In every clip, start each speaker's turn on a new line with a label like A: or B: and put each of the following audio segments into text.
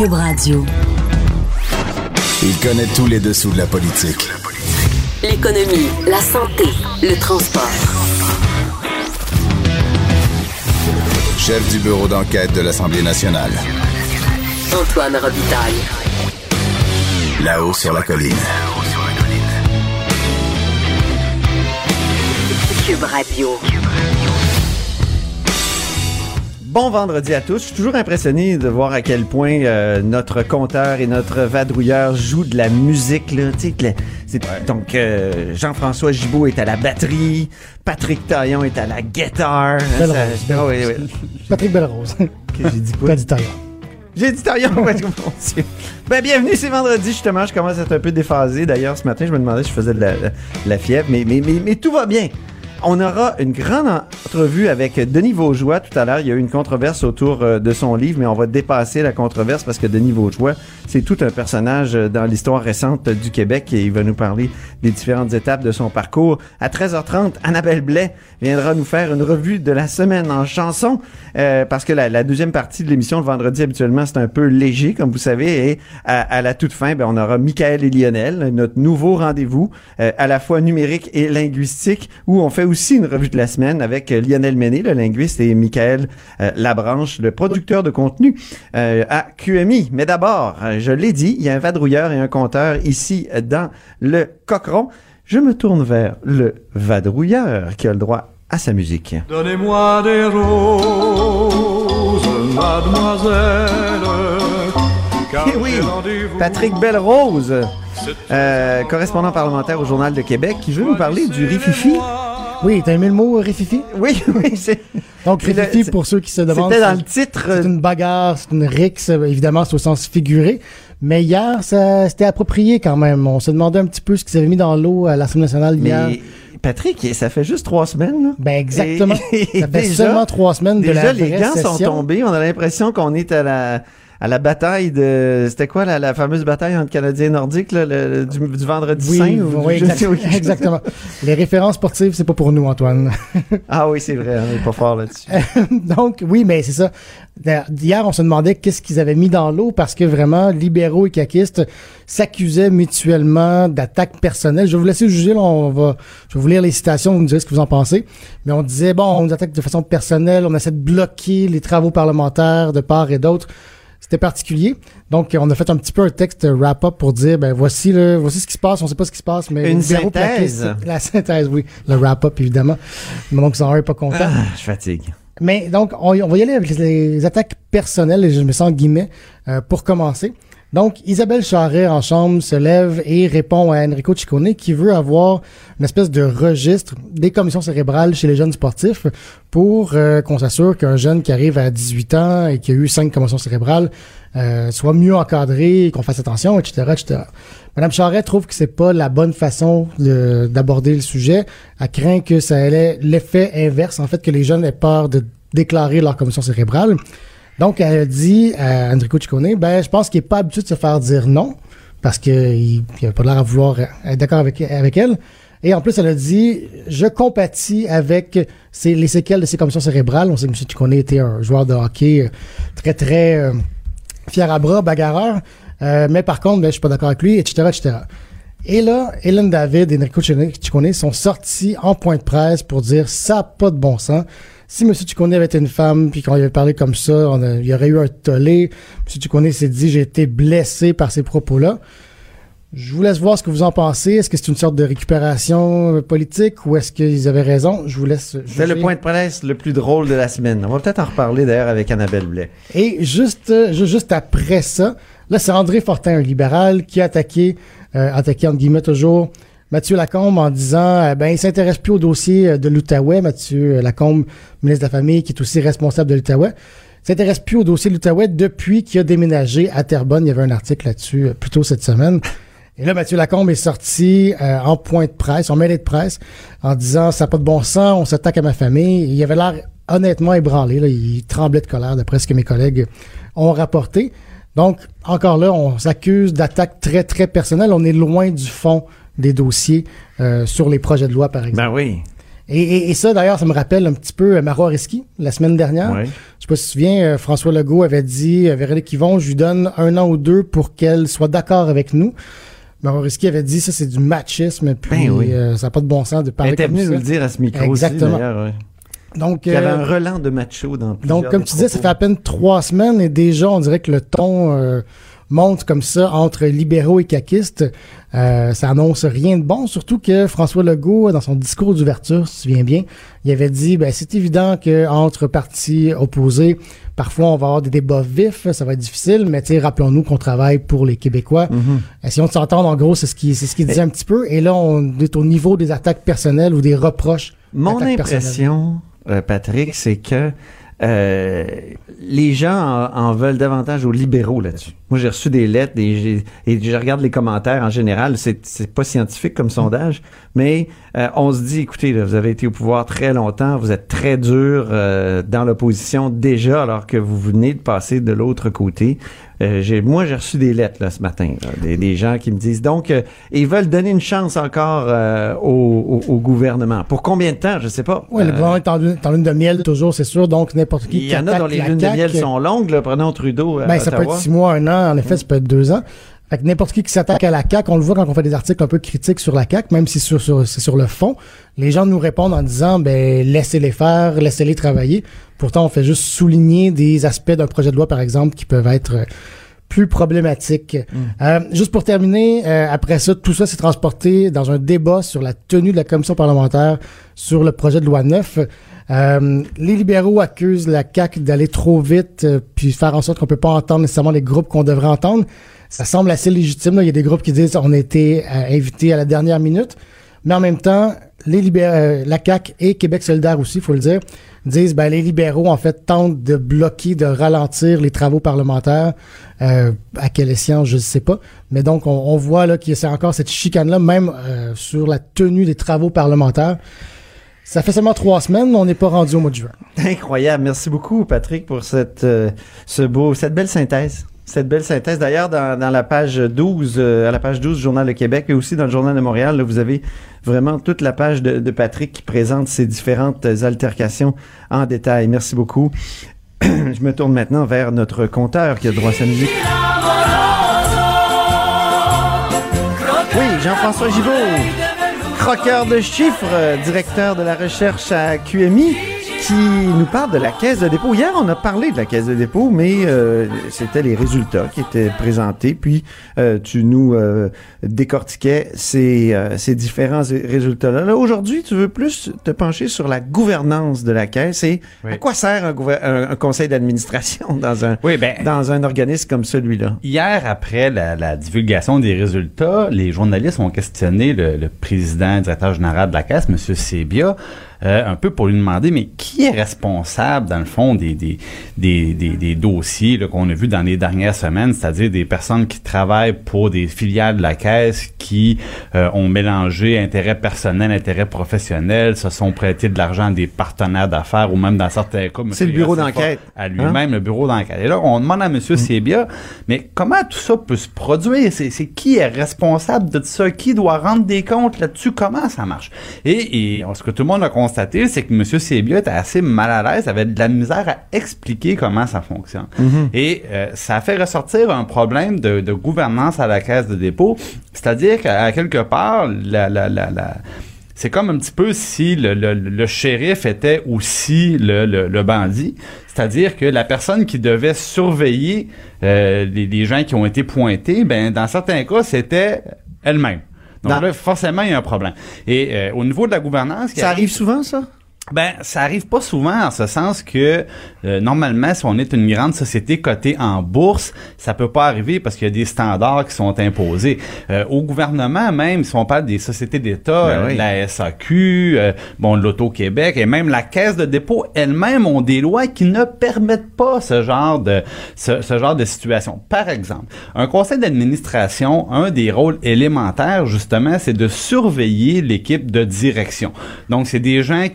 A: Cube Radio.
B: Il connaît tous les dessous de la politique.
A: L'économie, la santé, le transport.
B: Chef du bureau d'enquête de l'Assemblée nationale.
A: Antoine Robitaille.
B: Là-haut sur la colline.
A: Cube Radio.
C: Bon vendredi à tous. Je suis toujours impressionné de voir à quel point notre conteur et notre vadrouilleur jouent de la musique. Là. Donc, Jean-François Gibault est à la batterie, Patrick Taillon est à la guitare.
D: Belle-Rose. Patrick Belle-Rose.
C: J'ai dit quoi?
D: T'as dit Taillon.
C: J'ai dit Taillon, ouais, mon Dieu. Ben, bienvenue, c'est vendredi, justement. Je commence à être un peu déphasé. D'ailleurs, ce matin, je me demandais si je faisais de la fièvre, mais tout va bien. On aura une grande entrevue avec Denis Vaugeois tout à l'heure. Il y a eu une controverse autour de son livre, mais on va dépasser la controverse parce que Denis Vaugeois, c'est tout un personnage dans l'histoire récente du Québec et il va nous parler des différentes étapes de son parcours. À 13h30, Annabelle Blais viendra nous faire une revue de la semaine en chanson parce que la deuxième partie de l'émission le vendredi, habituellement, c'est un peu léger, comme vous savez, et à la toute fin, on aura Michael et Lionel, notre nouveau rendez-vous à la fois numérique et linguistique, où on fait aussi une revue de la semaine avec Lionel Méné, le linguiste, et Michael Labranche, le producteur de contenu à QMI. Mais d'abord, je l'ai dit, il y a un vadrouilleur et un conteur ici dans le Cochon. Je me tourne vers le vadrouilleur qui a le droit à sa musique.
E: Donnez-moi des roses, mademoiselle.
C: Et oui, Patrick Belle-Rose, correspondant parlementaire au Journal de Québec, qui veut nous parler du rififi.
D: Oui, t'as aimé le mot rififi?
C: Oui, c'est...
D: Donc, rififi, pour ceux qui se demandent...
C: C'était dans le titre.
D: C'est une bagarre, c'est une rixe, évidemment, c'est au sens figuré. Mais hier, ça c'était approprié quand même. On se demandait un petit peu ce qu'ils avaient mis dans l'eau à l'Assemblée nationale hier.
C: Mais Patrick, ça fait juste 3 semaines, là.
D: Ben, exactement. Ça fait
C: déjà,
D: seulement 3 semaines de la vraie
C: déjà, les gants
D: session.
C: sont tombés. On a l'impression qu'on est à la bataille de... C'était quoi, la fameuse bataille entre Canadiens et Nordiques, là, du vendredi saint?
D: Oui, exactement. Les références sportives, c'est pas pour nous, Antoine.
C: Ah oui, c'est vrai, on est pas fort là-dessus.
D: Donc, oui, mais c'est ça. Hier, on se demandait qu'est-ce qu'ils avaient mis dans l'eau parce que vraiment, libéraux et caquistes s'accusaient mutuellement d'attaques personnelles. Je vais vous laisser juger, là, je vais vous lire les citations, vous me direz ce que vous en pensez. Mais on disait, on nous attaque de façon personnelle, on essaie de bloquer les travaux parlementaires de part et d'autre. C'était particulier. Donc, on a fait un petit peu un texte wrap-up pour dire, voici ce qui se passe. On sait pas ce qui se passe, mais...
C: Une synthèse.
D: La synthèse, oui. Le wrap-up, évidemment. Donc, ça en est pas content.
C: Ah, je fatigue.
D: Mais donc, on va y aller avec les attaques personnelles, et je me sens en guillemets, pour commencer. Donc, Isabelle Charret, en chambre, se lève et répond à Enrico Ciccone qui veut avoir une espèce de registre des commissions cérébrales chez les jeunes sportifs pour qu'on s'assure qu'un jeune qui arrive à 18 ans et qui a eu 5 commissions cérébrales soit mieux encadré, qu'on fasse attention, etc., etc. Madame Charret trouve que c'est pas la bonne façon d'aborder le sujet. Elle craint que ça ait l'effet inverse, en fait, que les jeunes aient peur de déclarer leur commission cérébrale. Donc, elle a dit à Enrico Ciccone, je pense qu'il n'est pas habitué de se faire dire non, parce qu'il n'a pas l'air à vouloir être d'accord avec elle. Et en plus, elle a dit, je compatis avec les séquelles de ses commissions cérébrales. On sait que M. Ciccone était un joueur de hockey très, très fier à bras, bagarreur. Mais par contre, je suis pas d'accord avec lui, etc., etc. Et là, Hélène David et Enrico Ciccone sont sortis en point de presse pour dire, ça n'a pas de bon sens. Si M. Ciccone avait été une femme, puis qu'on lui avait parlé comme ça, il y aurait eu un tollé. M. Ciccone s'est dit, j'ai été blessé par ces propos-là. Je vous laisse voir ce que vous en pensez. Est-ce que c'est une sorte de récupération politique ou est-ce qu'ils avaient raison? Je vous laisse juger.
C: C'est le point de presse le plus drôle de la semaine. On va peut-être en reparler d'ailleurs avec Annabelle Blais.
D: Et juste après ça, là, c'est André Fortin, un libéral, qui a attaqué entre guillemets toujours, Mathieu Lacombe en disant il s'intéresse plus au dossier de l'Outaouais. Mathieu Lacombe, ministre de la Famille, qui est aussi responsable de l'Outaouais, s'intéresse plus au dossier de l'Outaouais depuis qu'il a déménagé à Terrebonne. Il y avait un article là-dessus plus tôt cette semaine. Et là, Mathieu Lacombe est sorti en point de presse, en mêlée de presse, en disant ça n'a pas de bon sens, on s'attaque à ma famille. Il avait l'air honnêtement ébranlé. Là, il tremblait de colère d'après ce que mes collègues ont rapporté. Donc, encore là, on s'accuse d'attaques très, très personnelles. On est loin du fond des dossiers sur les projets de loi, par exemple.
C: Ben oui.
D: Et ça, d'ailleurs, ça me rappelle un petit peu Marois Risky, la semaine dernière.
C: Ouais.
D: Je sais pas si tu te souviens, François Legault avait dit, Véronique Yvon, je lui donne 1 an ou 2 pour qu'elle soit d'accord avec nous. Marois Risky avait dit, ça, c'est du machisme, puis ça n'a pas de bon sens de parler
C: comme ça. Elle était venue nous
D: ça.
C: le dire à ce micro
D: Exactement.
C: aussi, d'ailleurs. Ouais.
D: Donc,
C: il y avait un relent de macho dans plusieurs.
D: Donc, comme tu disais, ça fait à peine 3 semaines et déjà, on dirait que le ton monte comme ça entre libéraux et caquistes. Ça annonce rien de bon, surtout que François Legault, dans son discours d'ouverture, si tu te souviens bien, il avait dit, c'est évident qu'entre partis opposés, parfois on va avoir des débats vifs, ça va être difficile, mais rappelons-nous qu'on travaille pour les Québécois. Essayons de s'entendre, en gros, c'est ce qu'il disait un petit peu. Et là, on est au niveau des attaques personnelles ou des reproches.
C: Mon impression, Patrick, c'est que les gens en veulent davantage aux libéraux là-dessus. Moi, j'ai reçu des lettres et je regarde les commentaires en général. C'est pas scientifique comme sondage, mais on se dit, écoutez, là, vous avez été au pouvoir très longtemps, vous êtes très dur dans l'opposition déjà, alors que vous venez de passer de l'autre côté. J'ai reçu des lettres là, ce matin, là, des gens qui me disent donc ils veulent donner une chance encore au gouvernement. Pour combien de temps, je sais pas.
D: Oui, le gouvernement est en lune de miel toujours, c'est sûr, donc n'importe qui.
C: Il y en a dont les lunes de miel sont longues, là, prenons Trudeau.
D: Ça peut être 6 mois, 1 an, en effet, ça peut être 2 ans. Fait que n'importe qui s'attaque à la CAQ, on le voit quand on fait des articles un peu critiques sur la CAQ, même si c'est sur le fond, les gens nous répondent en disant laissez-les faire, laissez-les travailler. Pourtant, on fait juste souligner des aspects d'un projet de loi, par exemple, qui peuvent être plus problématiques. Juste pour terminer, après ça, tout ça s'est transporté dans un débat sur la tenue de la commission parlementaire sur le projet de loi 9. Les libéraux accusent la CAQ d'aller trop vite puis faire en sorte qu'on peut pas entendre nécessairement les groupes qu'on devrait entendre. Ça semble assez légitime. Là. Il y a des groupes qui disent on a été invités à la dernière minute. Mais en même temps, la CAQ et Québec solidaire aussi, il faut le dire, disent les libéraux, en fait, tentent de bloquer, de ralentir les travaux parlementaires. À quelle échéance, je ne sais pas. Mais donc, on voit là qu'il y a encore cette chicane-là, même sur la tenue des travaux parlementaires. Ça fait seulement 3 semaines, mais on n'est pas rendu au mois de juin.
C: Incroyable. Merci beaucoup, Patrick, pour cette belle synthèse. Cette belle synthèse. D'ailleurs, dans la page 12, à la page 12 du Journal de Québec et aussi dans le Journal de Montréal, là, vous avez vraiment toute la page de Patrick qui présente ces différentes altercations en détail. Merci beaucoup. Je me tourne maintenant vers notre compteur qui a droit à sa musique. Oui, Jean-François Gibault, croqueur de chiffres, directeur de la recherche à QMI, qui nous parle de la Caisse de dépôt. Hier, on a parlé de la Caisse de dépôt, mais c'était les résultats qui étaient présentés. Puis, tu nous décortiquais ces différents résultats-là. Là, aujourd'hui, tu veux plus te pencher sur la gouvernance de la Caisse et à quoi sert un conseil d'administration dans un organisme comme celui-là?
F: Hier, après la divulgation des résultats, les journalistes ont questionné le président, directeur général de la Caisse, M. Sebia, un peu pour lui demander, mais qui est responsable, dans le fond, des dossiers là, qu'on a vus dans les dernières semaines, c'est-à-dire des personnes qui travaillent pour des filiales de la Caisse qui ont mélangé intérêt personnel, intérêt professionnel, se sont prêtés de l'argent à des partenaires d'affaires ou même dans certains cas...
C: C'est le bureau d'enquête.
F: À lui-même, le bureau d'enquête. Et là, on demande à M. Sebia, mais comment tout ça peut se produire? C'est qui est responsable de ça? Qui doit rendre des comptes là-dessus? Comment ça marche? Et ce que tout le monde a constaté, c'est que M. Sebia était assez mal à l'aise, avait de la misère à expliquer comment ça fonctionne. Et ça a fait ressortir un problème de gouvernance à la Caisse de dépôt, c'est-à-dire qu'à quelque part, c'est comme un petit peu si le shérif était aussi le bandit, c'est-à-dire que la personne qui devait surveiller les gens qui ont été pointés, dans certains cas, c'était elle-même. Donc là, forcément, il y a un problème. Et au niveau de la gouvernance...
C: Ça arrive souvent, ça?
F: Ça arrive pas souvent en ce sens que normalement, si on est une grande société cotée en bourse, ça peut pas arriver parce qu'il y a des standards qui sont imposés. Au gouvernement même, si on parle des sociétés d'État, la SAQ, l'Auto-Québec et même la Caisse de dépôt elle-même ont des lois qui ne permettent pas ce genre de situation. Par exemple, un conseil d'administration, un des rôles élémentaires justement, c'est de surveiller l'équipe de direction. Donc, c'est des gens qui viennent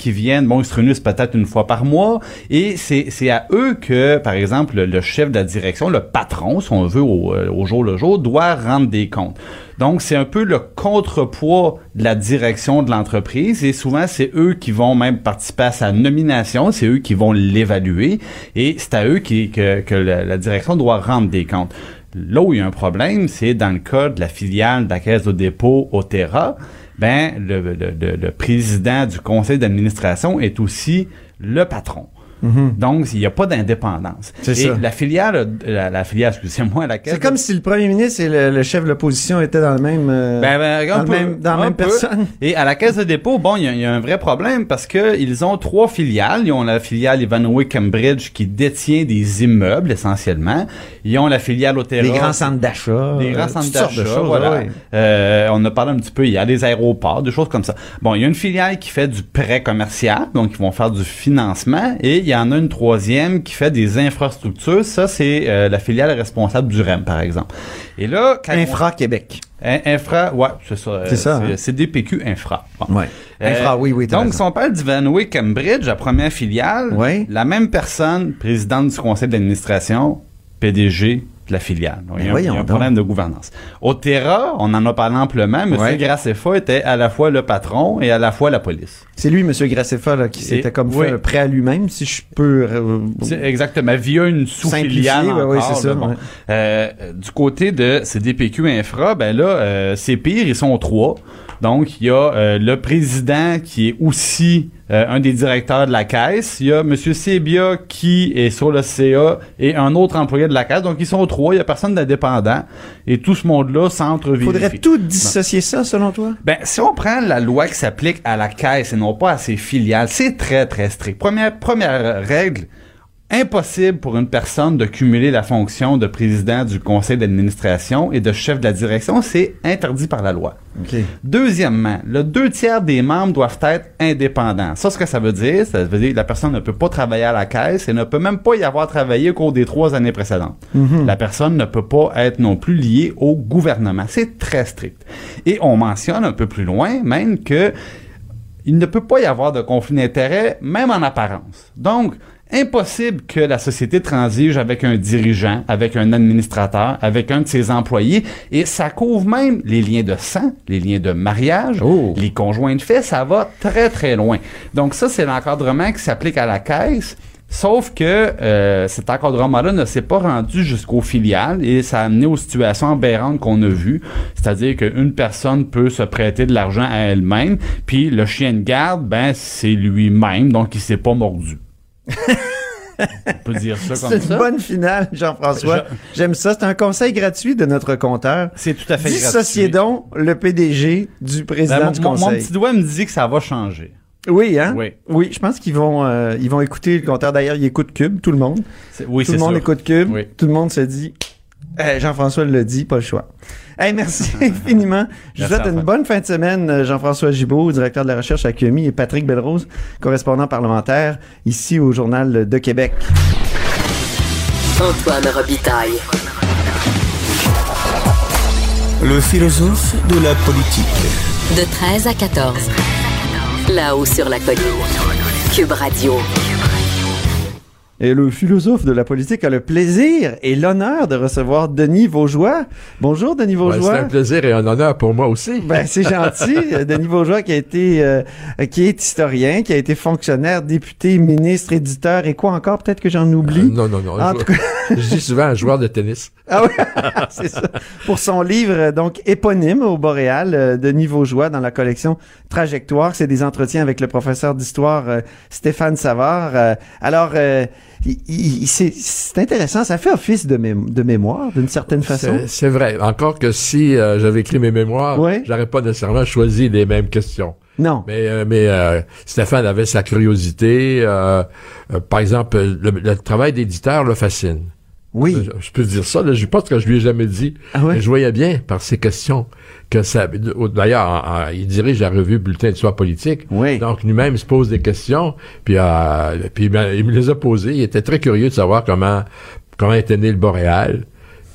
F: semaine. Bon, ils se réunissent peut-être une fois par mois. Et c'est à eux que, par exemple, le chef de la direction, le patron, si on veut, au jour le jour, doit rendre des comptes. Donc, c'est un peu le contrepoids de la direction de l'entreprise et souvent, c'est eux qui vont même participer à sa nomination, c'est eux qui vont l'évaluer et c'est à eux que la direction doit rendre des comptes. Là où il y a un problème, c'est dans le cas de la filiale de la Caisse de dépôt Otera, ben le président du conseil d'administration est aussi le patron. Mm-hmm. Donc, il n'y a pas d'indépendance.
C: C'est
F: et
C: ça.
F: La filiale, excusez-moi, la Caisse...
C: C'est comme si le premier ministre et le chef de l'opposition étaient dans le même... dans la même personne.
F: Et à la Caisse de dépôt, bon, il y a un vrai problème parce que ils ont 3 filiales. Ils ont la filiale Ivanhoe Cambridge qui détient des immeubles, essentiellement. Ils ont la filiale Otera.
C: Des grands centres d'achat.
F: Des grands centres d'achat,
C: choses,
F: voilà.
C: Ouais.
F: On a parlé un petit peu, il y a des aéroports, des choses comme ça. Bon, il y a une filiale qui fait du prêt commercial, donc ils vont faire du financement, et il y en a une troisième qui fait des infrastructures. Ça, c'est la filiale responsable du REM, par exemple. Et là...
C: Infra-Québec.
F: Ouais, c'est ça.
C: C'est ça.
F: C'est DPQ Infra. Bon.
C: Ouais. Infra, oui, t'as
F: donc,
C: raison.
F: si on parle d'Ivanhoe Cambridge, la première filiale,
C: ouais.
F: La même personne, présidente du conseil d'administration, PDG de la filiale. Donc, il y a un problème de gouvernance. Otera, on en a parlé amplement, M. Graceffa était à la fois le patron et à la fois la police.
C: C'est lui, M. Graceffa, là, qui s'était comme fait un prêt à lui-même, si je peux...
F: Exactement, via une sous-filiale encore.
C: Oui, c'est ça.
F: Bon. Du côté de CDPQ Infra, ben là, c'est pire, ils sont 3. Donc, il y a le président qui est aussi un des directeurs de la Caisse. Il y a M. Sebia qui est sur le CA et un autre employé de la Caisse. Donc, ils sont 3. Il n'y a personne d'indépendant. Et tout ce monde-là s'entre-vérifie.
C: Faudrait tout dissocier ça, selon toi?
F: Ben, si on prend la loi qui s'applique à la Caisse et non pas à ses filiales, c'est très, très strict. Première règle, impossible pour une personne de cumuler la fonction de président du conseil d'administration et de chef de la direction. C'est interdit par la loi.
C: Okay.
F: Deuxièmement, le 2/3 des membres doivent être indépendants. Ça, ce que ça veut dire que la personne ne peut pas travailler à la Caisse et ne peut même pas y avoir travaillé au cours des 3 années précédentes. Mm-hmm. La personne ne peut pas être non plus liée au gouvernement. C'est très strict. Et on mentionne un peu plus loin même que il ne peut pas y avoir de conflit d'intérêts, même en apparence. Donc, impossible que la société transige avec un dirigeant, avec un administrateur, avec un de ses employés, et ça couvre même les liens de sang, les liens de mariage, les conjoints de fait, ça va très très loin. Donc ça, c'est l'encadrement qui s'applique à la Caisse, sauf que cet encadrement-là ne s'est pas rendu jusqu'aux filiales et ça a amené aux situations aberrantes qu'on a vues, c'est-à-dire qu'une personne peut se prêter de l'argent à elle-même, puis le chien de garde, ben c'est lui-même, donc il s'est pas mordu. On peut dire ça comme ça.
C: C'est une bonne finale, Jean-François. J'aime ça. C'est un conseil gratuit de notre compteur.
F: C'est tout à fait gratuit.
C: Dissociez donc le PDG du président du conseil.
F: Mon petit doigt me dit que ça va changer.
C: Oui, hein?
F: Oui,
C: je pense qu'ils vont écouter le compteur. D'ailleurs, ils écoutent Cube, tout le monde. Tout le monde écoute Cube. Oui. Tout le monde se dit, Jean-François l'a dit, pas le choix. Hey, merci infiniment. Je vous souhaite une bonne fin de semaine, Jean-François Gibault, directeur de la recherche à QMI, et Patrick Belrose, correspondant parlementaire, ici au Journal de Québec.
A: Antoine Robitaille.
G: Le philosophe de la politique.
A: De 13 à 14. Là-haut sur la colline. Cube Radio.
C: Et le philosophe de la politique a le plaisir et l'honneur de recevoir Denis Vaugeois. Bonjour, Denis Vaugeois.
H: C'est un plaisir et un honneur pour moi aussi.
C: Ben, c'est gentil. Denis Vaugeois qui est historien, qui a été fonctionnaire, député, ministre, éditeur et quoi encore? Peut-être que j'en oublie.
H: Non. En tout cas... Je dis souvent un joueur de tennis.
C: Ah oui, c'est ça. Pour son livre, donc, éponyme au Boréal, Denis Vaugeois dans la collection Trajectoire. C'est des entretiens avec le professeur d'histoire Stéphane Savard. Alors, c'est intéressant. Ça fait office de mémoire, d'une certaine façon.
H: C'est vrai. Encore que si j'avais écrit mes mémoires, j'aurais pas nécessairement choisi les mêmes questions.
C: Non.
H: Mais Stéphane avait sa curiosité. Par exemple, le travail d'éditeur le fascine.
C: Oui.
H: Je peux dire ça, là, je pense que je lui ai jamais dit.
C: Ah ouais?
H: Mais je voyais bien par ses questions que ça... D'ailleurs, il dirige la revue Bulletin d'histoire politique.
C: Oui.
H: Donc, lui-même, il se pose des questions, puis il me les a posées. Il était très curieux de savoir comment était né le Boréal. Puis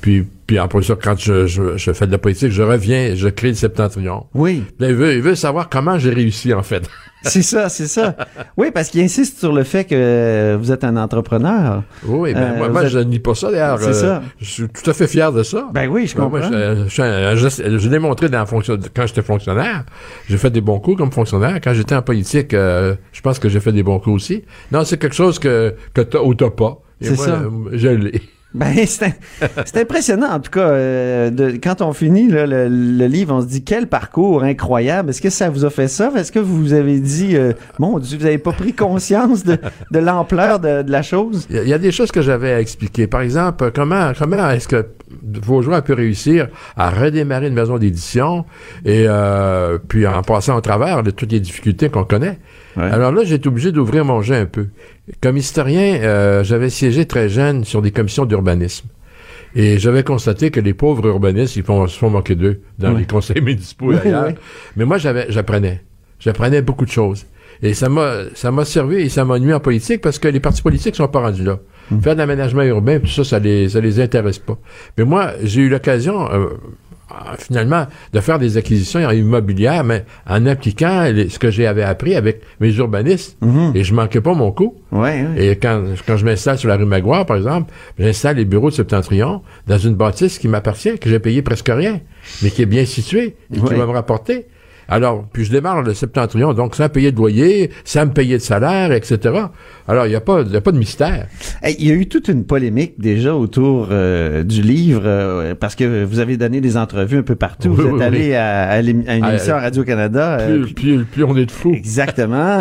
H: Puis en plus, quand je fais de la politique, je reviens, je crée le Septentrion.
C: Oui.
H: Là, il veut savoir comment j'ai réussi, en fait.
C: C'est ça. Oui, parce qu'il insiste sur le fait que vous êtes un entrepreneur.
H: Oui, moi je nie pas ça, d'ailleurs.
C: C'est ça.
H: Je suis tout à fait fier de ça.
C: Ben oui, je comprends.
H: Moi, je l'ai montré quand j'étais fonctionnaire. J'ai fait des bons coups comme fonctionnaire. Quand j'étais en politique, je pense que j'ai fait des bons coups aussi. Non, c'est quelque chose que t'as ou t'as pas. Et
C: C'est
H: moi,
C: ça.
H: Je l'ai.
C: Ben, c'est impressionnant, en tout cas. Quand on finit là, le livre, on se dit quel parcours incroyable. Est-ce que ça vous a fait ça? Est-ce que vous vous avez dit, mon Dieu, vous n'avez pas pris conscience de l'ampleur de la chose?
H: Il y a des choses que j'avais à expliquer. Par exemple, comment est-ce que Vaugeois a pu réussir à redémarrer une maison d'édition et puis en passant au travers de toutes les difficultés qu'on connaît. Ouais. Alors là, j'ai été obligé d'ouvrir mon jeu un peu. Comme historien, j'avais siégé très jeune sur des commissions d'urbanisme. Et j'avais constaté que les pauvres urbanistes, se font moquer d'eux dans les conseils municipaux et ailleurs. Oui. Mais moi, j'apprenais beaucoup de choses. Et ça m'a servi et ça m'a nuit en politique parce que les partis politiques sont pas rendus là. Faire de l'aménagement urbain, tout ça, ça les intéresse pas. Mais moi, j'ai eu l'occasion, finalement, de faire des acquisitions immobilières, mais en appliquant ce que j'avais appris avec mes urbanistes. Et je manquais pas mon coup.
C: Ouais.
H: Et quand je m'installe sur la rue Magloire, par exemple, j'installe les bureaux de Septentrion dans une bâtisse qui m'appartient, que j'ai payé presque rien, mais qui est bien située et qui va me rapporter. Alors, puis je démarre le Septentrion, donc sans payer de loyer, sans me payer de salaire, etc. Alors, il n'y a pas de mystère.
C: Hey, il y a eu toute une polémique déjà autour du livre, parce que vous avez donné des entrevues un peu partout. Vous êtes allé à une émission à Radio-Canada.
H: Plus on est de fous.
C: Exactement.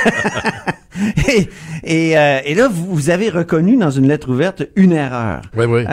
C: Et là, vous avez reconnu dans une lettre ouverte une erreur.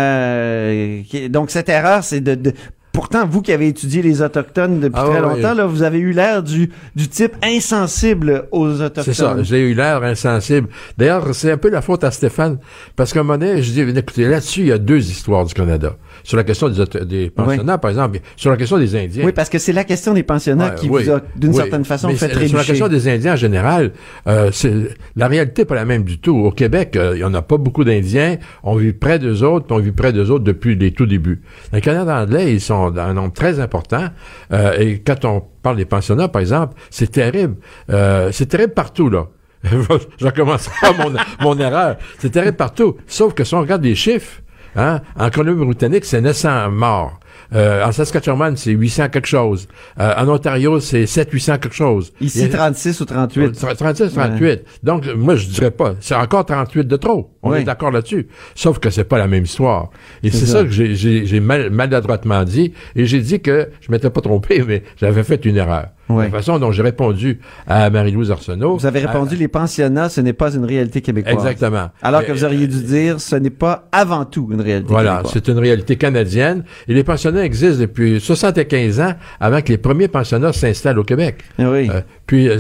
H: Oui.
C: Donc, cette erreur, c'est pourtant, vous qui avez étudié les Autochtones depuis très longtemps, là, vous avez eu l'air du type insensible aux Autochtones. C'est ça,
H: j'ai eu l'air insensible. D'ailleurs, c'est un peu la faute à Stéphane, parce qu'à un moment donné, je dis, écoutez, là-dessus, il y a deux histoires du Canada. Sur la question des pensionnats, par exemple, sur la question des Indiens.
C: Oui, parce que c'est la question des pensionnats qui vous a, d'une certaine façon, fait trébucher.
H: Sur la question des Indiens, en général, la réalité n'est pas la même du tout. Au Québec, il n'y en a pas beaucoup d'Indiens. On vit près d'eux autres, puis on vit près d'eux autres depuis les tout débuts. Dans le Canada anglais, ils sont un nombre très important. Et quand on parle des pensionnats, par exemple, c'est terrible. C'est terrible partout, là. Je recommencerai pas mon erreur. C'est terrible partout. Sauf que si on regarde les chiffres, en Colombie-Britannique, c'est 900 morts. En Saskatchewan, c'est 800 quelque chose. En Ontario, c'est 700-800 quelque chose.
C: Ici, 36 ou 38.
H: 36, 38. Ouais. Donc, moi, je dirais pas. C'est encore 38 de trop. On est d'accord là-dessus. Sauf que c'est pas la même histoire. Et c'est ça que j'ai maladroitement dit. Et j'ai dit que je m'étais pas trompé, mais j'avais fait une erreur. La façon dont j'ai répondu à Marie-Louise Arsenault.
C: Vous avez répondu, les pensionnats, ce n'est pas une réalité québécoise.
H: Exactement.
C: Alors que vous auriez dû dire, ce n'est pas avant tout une réalité québécoise. Voilà,
H: c'est une réalité canadienne. Et les pensionnats existent depuis 75 ans avant que les premiers pensionnats s'installent au Québec.
C: Oui.
H: Puis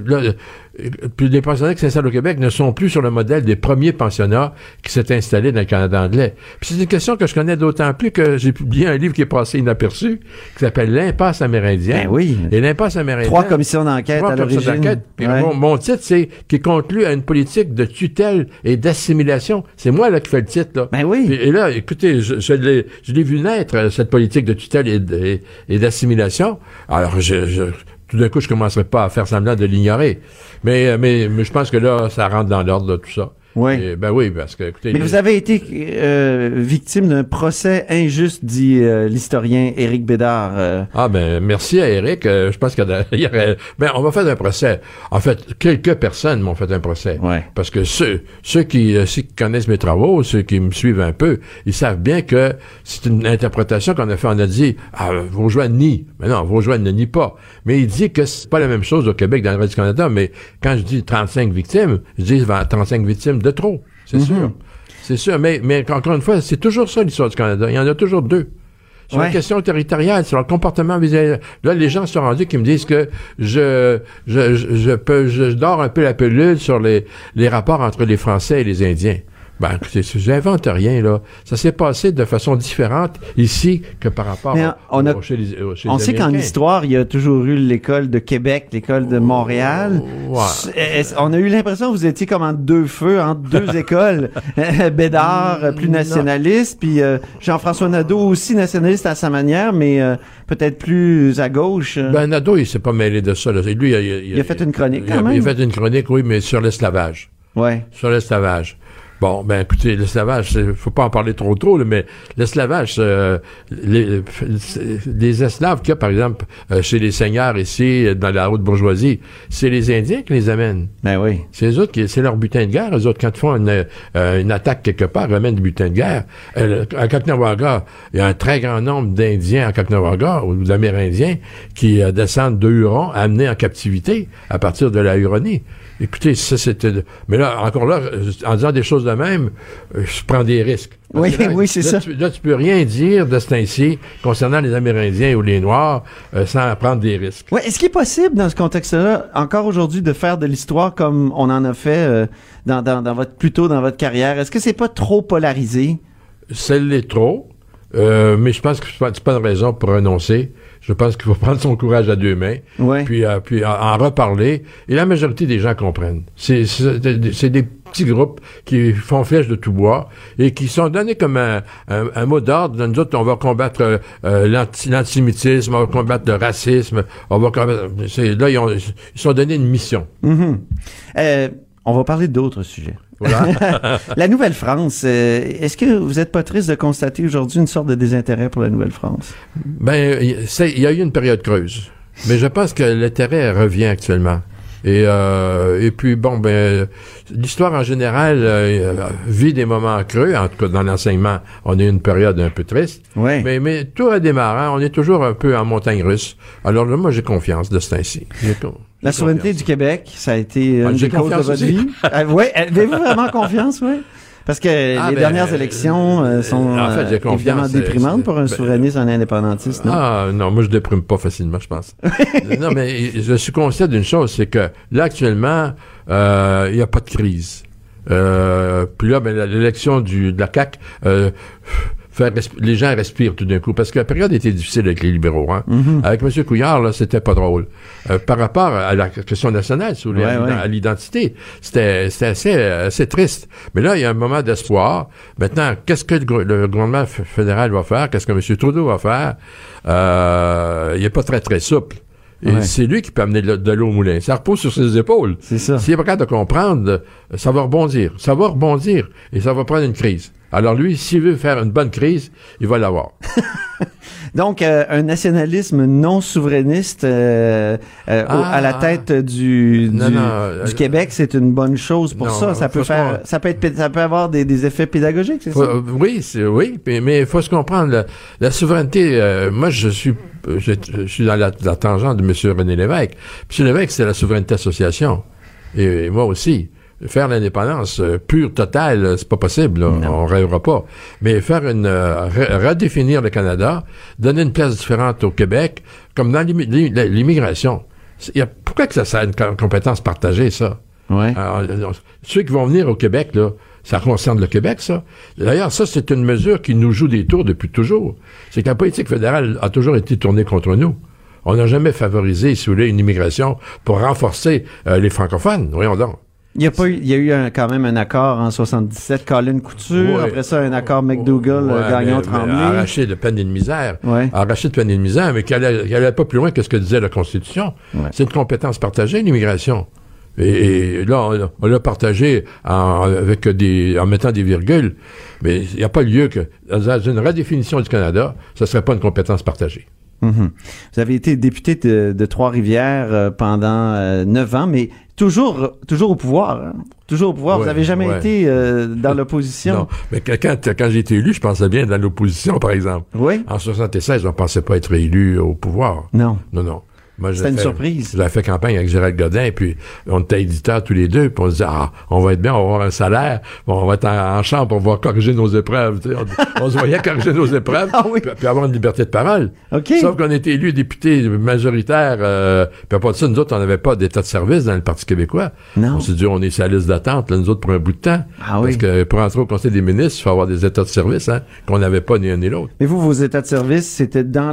H: les pensionnats qui s'installent au Québec ne sont plus sur le modèle des premiers pensionnats qui s'étaient installés dans le Canada anglais. Puis c'est une question que je connais d'autant plus que j'ai publié un livre qui est passé inaperçu, qui s'appelle L'Impasse amérindienne.
C: Ben oui.
H: Et l'Impasse amérindienne.
C: 3 commissions d'enquête à l'origine.
H: Puis mon titre, c'est qui conclut à une politique de tutelle et d'assimilation. C'est moi là qui fais le titre là.
C: Ben oui.
H: Puis, et là, écoutez, je l'ai vu naître cette politique de tutelle et d'assimilation. Alors tout d'un coup, je commencerai pas à faire semblant de l'ignorer. Mais je pense que là, ça rentre dans l'ordre, là, tout ça.
C: Oui.
H: Et, oui, parce que, écoutez...
C: Mais vous avez été victime d'un procès injuste, dit l'historien Éric Bédard.
H: Merci à Éric. Je pense qu'il y aurait... on m'a fait un procès. En fait, quelques personnes m'ont fait un procès.
C: Ouais.
H: Parce que ceux qui connaissent mes travaux, ceux qui me suivent un peu, ils savent bien que c'est une interprétation qu'on a fait. On a dit, Vaugeois nie. Mais non, Vaugeois ne nie pas. Mais il dit que c'est pas la même chose au Québec, dans le reste du Canada. Mais quand je dis 35 victimes, je dis 35 victimes de trop, c'est sûr. C'est sûr, mais encore une fois, c'est toujours ça l'histoire du Canada. Il y en a toujours deux. Sur la question territoriale, sur le comportement vis-à-vis... Là, les gens sont rendus qui me disent que je dors un peu la pilule sur les rapports entre les Français et les Indiens. Ben, écoutez, j'invente rien, là. Ça s'est passé de façon différente ici que par rapport chez les
C: on sait qu'en histoire, il y a toujours eu l'école de Québec, l'école de Montréal. On a eu l'impression que vous étiez comme entre deux feux, entre deux écoles. Bédard, plus nationaliste, puis Jean-François Nadeau aussi nationaliste à sa manière, mais peut-être plus à gauche.
H: Ben, Nadeau, il s'est pas mêlé de ça, là. Lui,
C: il a fait une chronique, quand même.
H: Il a fait une chronique, oui, mais sur l'esclavage.
C: Ouais.
H: Sur l'esclavage. Bon, ben écoutez, l'esclavage, faut pas en parler trop, là, mais l'esclavage, les esclaves qu'il y a, par exemple, chez les seigneurs ici, dans la haute bourgeoisie, c'est les Indiens qui les amènent.
C: Ben oui.
H: C'est eux autres c'est leur butin de guerre. Eux autres, quand ils font une attaque quelque part, ils amènent du butin de guerre. À Caughnawaga, il y a un très grand nombre d'Indiens à Caughnawaga, ou d'Amérindiens, qui descendent de Huron, amenés en captivité à partir de la Huronie. Écoutez, ça c'était... Mais là, encore là, en disant des choses de même, je prends des risques.
C: Oui,
H: là,
C: oui, c'est ça.
H: Là, tu peux rien dire de ce temps-ci concernant les Amérindiens ou les Noirs sans prendre des risques.
C: Oui, est-ce qu'il est possible, dans ce contexte-là, encore aujourd'hui, de faire de l'histoire comme on en a fait dans votre carrière? Est-ce que c'est pas trop polarisé?
H: Ça l'est trop, mais je pense que c'est pas une raison pour renoncer. Je pense qu'il faut prendre son courage à deux mains, puis en reparler. Et la majorité des gens comprennent. C'est des petits groupes qui font flèche de tout bois et qui sont donnés comme un mot d'ordre. Nous autres, on va combattre l'antisémitisme, on va combattre le racisme, on va combattre... Là, ils sont donnés une mission.
C: Mm-hmm. On va parler d'autres sujets.
H: Voilà.
C: La Nouvelle-France, est-ce que vous n'êtes pas triste de constater aujourd'hui une sorte de désintérêt pour la Nouvelle-France?
H: Ben, il y a eu une période creuse. Mais je pense que l'intérêt revient actuellement. Et puis, bon, ben, l'histoire en général vit des moments creux. En tout cas, dans l'enseignement, on a eu une période un peu triste.
C: Ouais.
H: Mais tout redémarre. Hein, on est toujours un peu en montagne russe. Alors là, moi, j'ai confiance de ce temps-ci.
C: La souveraineté du Québec, ça a été une des causes de votre vie. Oui, avez-vous vraiment confiance, oui? Parce que les dernières élections sont
H: en fait,
C: évidemment déprimantes pour un souverainiste, un indépendantiste, non?
H: Ah non, moi je déprime pas facilement, je pense. Non, mais je suis conscient d'une chose, c'est que là actuellement, il n'y a pas de crise. Puis là, ben, l'élection de la CAQ, les gens respirent tout d'un coup, parce que la période était difficile avec les libéraux. Hein. Mm-hmm. Avec M. Couillard, là, c'était pas drôle. Par rapport à la question nationale, à l'identité, c'était assez triste. Mais là, il y a un moment d'espoir. Maintenant, qu'est-ce que le gouvernement fédéral va faire? Qu'est-ce que M. Trudeau va faire? Il n'est pas très, très souple. Et c'est lui qui peut amener de l'eau au moulin. Ça repose sur ses épaules.
C: C'est ça.
H: S'il n'est pas capable de comprendre, ça va rebondir. Ça va rebondir. Et ça va prendre une crise. Alors lui, s'il veut faire une bonne crise, il va l'avoir.
C: Donc, un nationalisme non souverainiste à la tête du Québec, c'est une bonne chose pour ça. Ça peut avoir des effets pédagogiques, c'est ça?
H: Oui, mais il faut se comprendre. La souveraineté, moi, je suis dans la tangente de M. René Lévesque. M. Lévesque, c'est la souveraineté association. Et moi aussi. Faire l'indépendance pure, totale, c'est pas possible, là. On rêvera pas. Mais faire redéfinir le Canada, donner une place différente au Québec, comme dans l'immigration. Pourquoi que ça sert une compétence partagée, ça?
C: Ouais.
H: Alors, ceux qui vont venir au Québec, là, ça concerne le Québec, ça. D'ailleurs, ça, c'est une mesure qui nous joue des tours depuis toujours. C'est que la politique fédérale a toujours été tournée contre nous. On n'a jamais favorisé, si vous voulez, une immigration pour renforcer les francophones. Voyons donc.
C: Il y a eu quand même un accord en 77, Colin Couture, après ça un accord McDougall, Gagnon-Tremblay.
H: Arraché de peine et de misère.
C: Ouais.
H: Arraché de peine et de misère, mais qui allait pas plus loin que ce que disait la Constitution. Ouais. C'est une compétence partagée, l'immigration. Et là, on l'a partagé en mettant des virgules, mais il n'y a pas lieu que, dans une redéfinition du Canada, ce ne serait pas une compétence partagée.
C: Mm-hmm. Vous avez été député de Trois-Rivières pendant 9 ans, mais toujours au pouvoir. Hein? Toujours au pouvoir. Vous n'avez jamais été dans l'opposition.
H: Non, mais quand j'ai été élu, je pensais bien dans l'opposition, par exemple.
C: Oui.
H: En 76, on ne pensait pas être élu au pouvoir.
C: Non.
H: Non.
C: C'était une surprise.
H: J'avais fait campagne avec Gérald Godin, puis on était éditeurs tous les deux, puis on se disait, on va être bien, on va avoir un salaire, bon, on va être en chambre pour pouvoir corriger nos épreuves. On se voyait corriger nos épreuves, puis avoir une liberté de parole.
C: Okay.
H: Sauf qu'on était élus députés majoritaires, puis à part de ça, nous autres, on n'avait pas d'état de service dans le Parti québécois.
C: Non.
H: On s'est dit, on est sur la liste d'attente, là, nous autres, pour un bout de temps. Parce que pour entrer au Conseil des ministres, il faut avoir des états de service, qu'on n'avait pas ni un ni l'autre.
C: Mais vous, vos états de service, c'était dans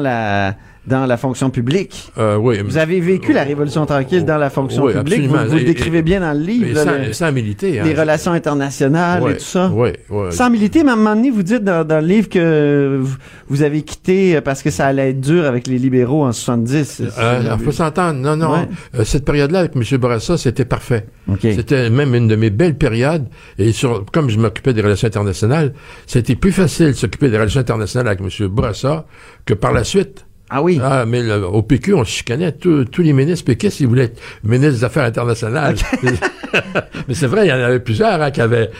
C: la fonction publique.
H: Oui.
C: Vous avez vécu la Révolution tranquille dans la fonction publique.
H: Absolument.
C: Vous le décrivez bien dans le livre.
H: Sans militer.
C: Les relations internationales et tout ça.
H: Oui.
C: Sans militer, mais à un moment donné, vous dites dans le livre que vous avez quitté parce que ça allait être dur avec les libéraux en 70.
H: Il faut s'entendre. Non. Ouais. Cette période-là avec M. Bourassa, c'était parfait.
C: Okay.
H: C'était même une de mes belles périodes. Et comme je m'occupais des relations internationales, c'était plus facile de s'occuper des relations internationales avec M. Bourassa que par la suite.
C: Ah oui?
H: Mais au PQ, on se chicanait. Tous les ministres péquistes, ils voulaient être ministres des Affaires internationales. Okay. Mais c'est vrai, il y en avait plusieurs qui avaient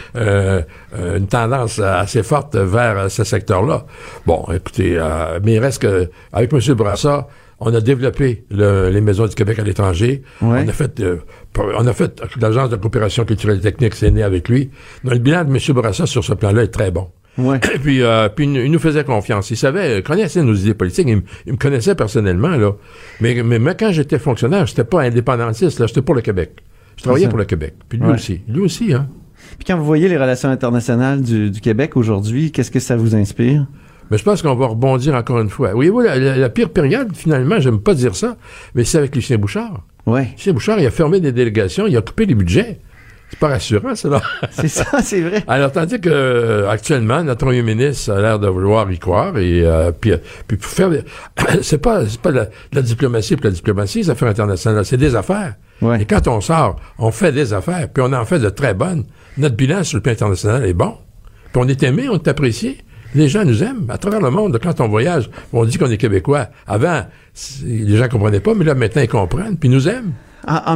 H: une tendance assez forte vers ce secteur-là. Bon, écoutez, mais il reste que avec M. Bourassa, on a développé les maisons du Québec à l'étranger. Ouais. On a fait l'Agence de coopération culturelle et technique, c'est né avec lui. Donc, le bilan de M. Bourassa sur ce plan-là est très bon.
C: Ouais.
H: Et puis il nous faisait confiance. Il connaissait nos idées politiques. Il me connaissait personnellement, là. Mais quand j'étais fonctionnaire, j'étais pas indépendantiste, là. J'étais pour le Québec. Je travaillais pour le Québec. Puis lui aussi. Lui aussi, hein.
C: Puis quand vous voyez les relations internationales du Québec aujourd'hui, qu'est-ce que ça vous inspire?
H: Mais je pense qu'on va rebondir encore une fois. Oui, la pire période, finalement, j'aime pas dire ça, mais c'est avec Lucien Bouchard.
C: Ouais.
H: Lucien Bouchard, il a fermé des délégations, il a coupé les budgets. C'est pas rassurant, ça, là.
C: C'est ça, c'est vrai.
H: Alors, tandis que, actuellement, notre premier ministre a l'air de vouloir y croire et, puis pour faire, c'est pas la diplomatie pour la diplomatie, les affaires internationales, c'est des affaires.
C: Ouais.
H: Et quand on sort, on fait des affaires, puis on en fait de très bonnes. Notre bilan sur le plan international est bon. Puis on est aimé, on est apprécié. Les gens nous aiment. À travers le monde, quand on voyage, on dit qu'on est Québécois. Avant, les gens comprenaient pas, mais là, maintenant, ils comprennent, puis ils nous aiment.
C: En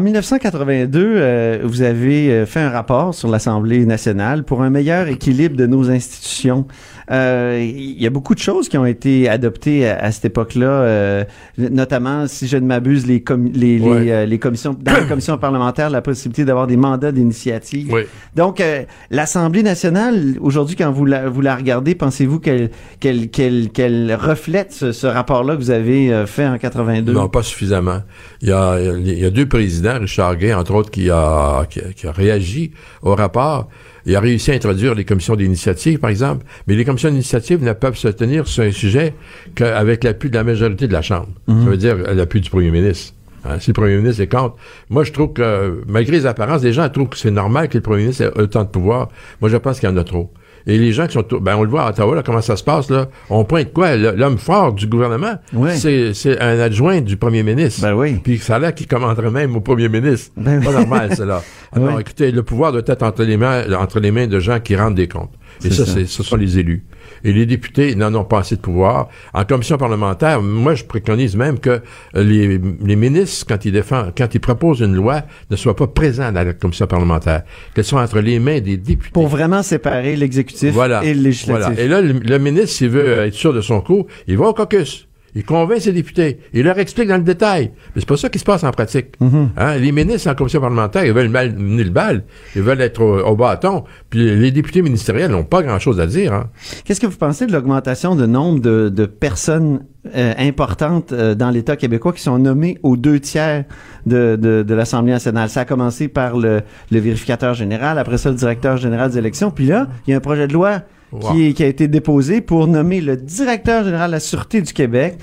C: 1982, vous avez fait un rapport sur l'Assemblée nationale pour un meilleur équilibre de nos institutions. Il y a beaucoup de choses qui ont été adoptées à cette époque-là, notamment, si je ne m'abuse, les commissions, dans les commissions parlementaires, la possibilité d'avoir des mandats d'initiative.
H: Oui.
C: Donc, l'Assemblée nationale, aujourd'hui, quand vous la regardez, pensez-vous qu'elle reflète ce rapport-là que vous avez fait en 82?
H: Non, pas suffisamment. Il y a deux présidents, Richard Gay, entre autres, qui a réagi au rapport. Il a réussi à introduire les commissions d'initiative, par exemple, mais les commissions d'initiative ne peuvent se tenir sur un sujet qu'avec l'appui de la majorité de la Chambre. Ça veut dire l'appui du premier ministre. Si le premier ministre est contre. Moi, je trouve que, malgré les apparences, les gens trouvent que c'est normal que le premier ministre ait autant de pouvoir. Moi, je pense qu'il y en a trop. Et les gens qui sont... on le voit à Ottawa, là, comment ça se passe, là. On pointe quoi? L'homme fort du gouvernement, c'est un adjoint du premier ministre.
C: Ben oui.
H: Puis ça a l'air qu'il commanderait même au premier ministre. Ben pas normal, c'est là. Alors, écoutez, le pouvoir doit être entre les mains de gens qui rendent des comptes. Et ce sont les élus. Et les députés n'en ont pas assez de pouvoir. En commission parlementaire, moi, je préconise même que les ministres, quand ils proposent une loi, ne soient pas présents dans la commission parlementaire. Qu'elles soient entre les mains des députés.
C: Pour vraiment séparer l'exécutif et le législatif.
H: Voilà. Et là, le ministre, s'il veut être sûr de son coup, il va au caucus. Il convainc ses députés. Il leur explique dans le détail. Mais c'est pas ça qui se passe en pratique. Les ministres en commission parlementaire, ils veulent mener le bal. Ils veulent être au bâton. Puis les députés ministériels n'ont pas grand-chose à dire.
C: Qu'est-ce que vous pensez de l'augmentation de nombre de personnes importantes dans l'État québécois qui sont nommées aux 2/3 de l'Assemblée nationale? Ça a commencé par le vérificateur général, après ça le directeur général des élections. Puis là, il y a un projet de loi qui a été déposé pour nommer le directeur général de la Sûreté du Québec,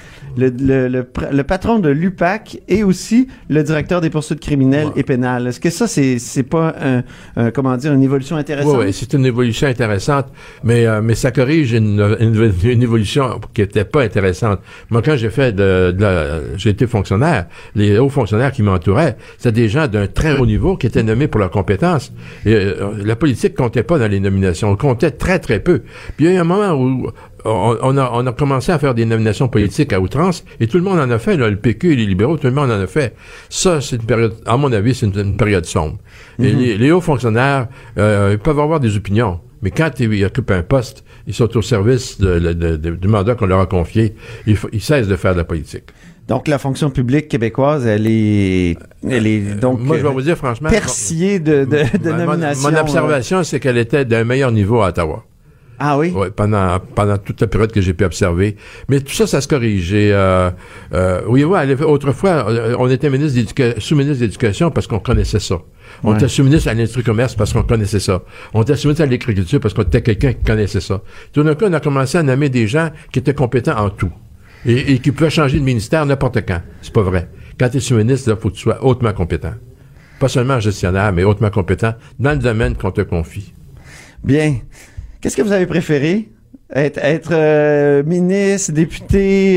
C: le patron de l'UPAC et aussi le directeur des poursuites criminelles et pénales. Est-ce que ça, c'est pas une évolution intéressante?
H: Oui, c'est une évolution intéressante, mais ça corrige une évolution qui était pas intéressante. Moi, quand j'ai été fonctionnaire, les hauts fonctionnaires qui m'entouraient, c'était des gens d'un très haut niveau qui étaient nommés pour leurs compétences. Et, la politique comptait pas dans les nominations. On comptait très, très peu. Puis il y a eu un moment où on a commencé à faire des nominations politiques à outrance, et tout le monde en a fait, là, le PQ et les libéraux, tout le monde en a fait. Ça, c'est une période, à mon avis, c'est une période sombre. Et les hauts fonctionnaires, ils peuvent avoir des opinions, mais quand ils occupent un poste, ils sont au service du mandat qu'on leur a confié. Ils cessent de faire de la politique.
C: Donc, la fonction publique québécoise, elle est donc
H: moi, je vais vous dire franchement,
C: persillée de nominations.
H: Mon observation, c'est qu'elle était d'un meilleur niveau à Ottawa.
C: Ah oui?
H: Oui, pendant toute la période que j'ai pu observer. Mais tout ça, ça se corrige. Et, oui, autrefois, on était sous-ministre d'éducation parce qu'on connaissait ça. On était sous-ministre à l'industrie-commerce parce qu'on connaissait ça. On était sous-ministre à l'agriculture parce qu'on était quelqu'un qui connaissait ça. Tout d'un coup, on a commencé à nommer des gens qui étaient compétents en tout. Et qui pouvaient changer de ministère n'importe quand. C'est pas vrai. Quand tu es sous-ministre, il faut que tu sois hautement compétent. Pas seulement gestionnaire, mais hautement compétent dans le domaine qu'on te confie.
C: Bien. Qu'est-ce que vous avez préféré? Être ministre, député,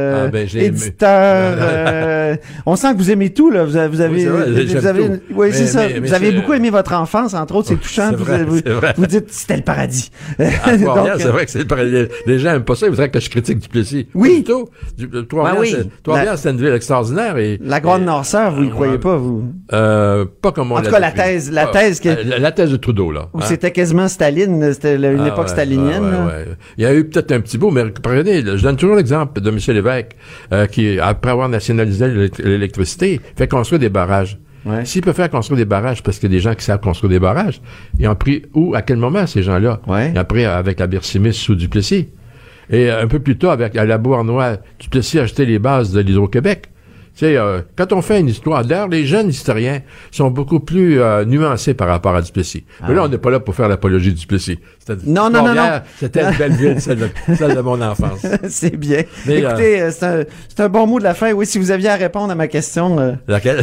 C: éditeur. On sent que vous aimez tout, là. Vous avez, oui, c'est ça. Vous avez beaucoup aimé votre enfance, entre autres. C'est touchant. Vous dites, c'était le paradis.
H: À Trois-Rivières, c'est vrai que c'est le paradis. Les gens aiment pas ça. Ils voudraient que je critique Duplessis.
C: Oui.
H: Trois-Rivières, c'est une ville extraordinaire.
C: La Grande Noirceur, vous y croyez pas, vous?
H: Pas comme on l'a
C: En tout cas, la thèse
H: la thèse de Trudeau, là.
C: Où c'était quasiment Staline. C'était une époque stalinienne.
H: Il y a eu peut-être un petit bout, mais prenez, je donne toujours l'exemple de M. Lévesque, qui, après avoir nationalisé l'électricité, fait construire des barrages. Ouais. S'il peut faire construire des barrages, parce qu'il y a des gens qui savent construire des barrages, ils ont pris où, à quel moment, ces gens-là? Ouais. Ils ont pris avec la Bercimis sous Duplessis. Et un peu plus tard, à la Beauharnois, Duplessis a acheté les bases de l'Hydro-Québec. Tu sais, quand on fait une histoire, d'ailleurs, les jeunes historiens sont beaucoup plus nuancés par rapport à Duplessis. Mais là, on n'est pas là pour faire l'apologie de Duplessis.
C: Non.
H: C'était une belle ville, celle de mon enfance.
C: C'est bien. Mais, écoutez, c'est un bon mot de la fin. Oui, si vous aviez à répondre à ma question.
H: Laquelle?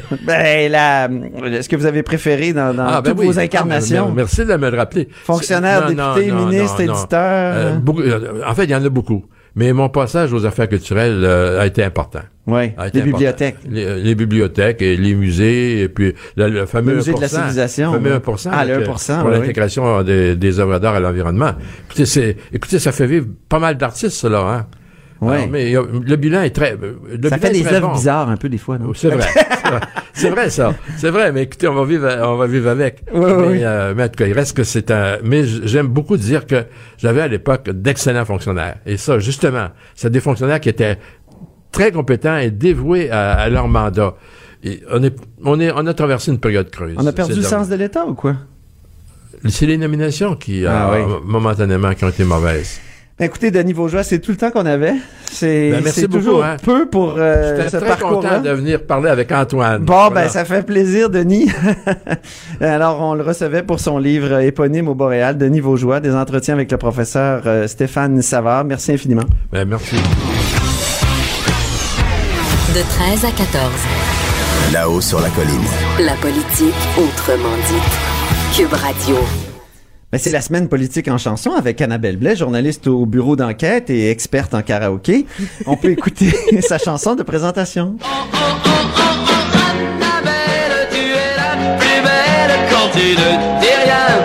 C: Est-ce que vous avez préféré dans toutes vos incarnations?
H: Merci de me le rappeler.
C: Fonctionnaire, député, ministre, éditeur.
H: En fait, il y en a beaucoup. Mais mon passage aux affaires culturelles a été important.
C: Oui, les bibliothèques.
H: Les bibliothèques et les musées, et puis le fameux 1%. Le
C: musée de la civilisation.
H: Le fameux 1%.
C: Ah, le 1%.
H: Pour l'intégration des œuvres d'art à l'environnement. Écoutez, ça fait vivre pas mal d'artistes, cela, hein. Oui. Mais le bilan est très...
C: ça fait des œuvres bizarres un peu des fois, non?
H: C'est vrai. C'est vrai, ça. C'est vrai, mais écoutez, on va vivre avec.
C: Oui.
H: Mais en tout cas, il reste que c'est un... Mais j'aime beaucoup dire que j'avais à l'époque d'excellents fonctionnaires. Et ça, justement, c'est des fonctionnaires qui étaient très compétents et dévoués à leur mandat. Et on a traversé une période creuse.
C: On a perdu le sens de l'État ou quoi?
H: C'est les nominations qui, momentanément, qui ont été mauvaises.
C: Écoutez, Denis Vaugeois, c'est tout le temps qu'on avait.
H: Merci
C: toujours
H: beaucoup,
C: peu pour ce
H: très
C: parcours-là.
H: Content de venir parler avec Antoine.
C: Bon, voilà. Ça fait plaisir, Denis. Alors, on le recevait pour son livre éponyme au Boréal, Denis Vaugeois, des entretiens avec le professeur Stéphane Savard. Merci infiniment.
H: Merci.
A: De 13 à 14.
B: Là-haut sur la colline.
A: La politique autrement dite. Cube Radio.
C: C'est la semaine politique en chanson avec Annabelle Blais, journaliste au bureau d'enquête et experte en karaoké. On peut écouter sa chanson de présentation.
I: Annabelle, tu es la plus belle quand tu ne dis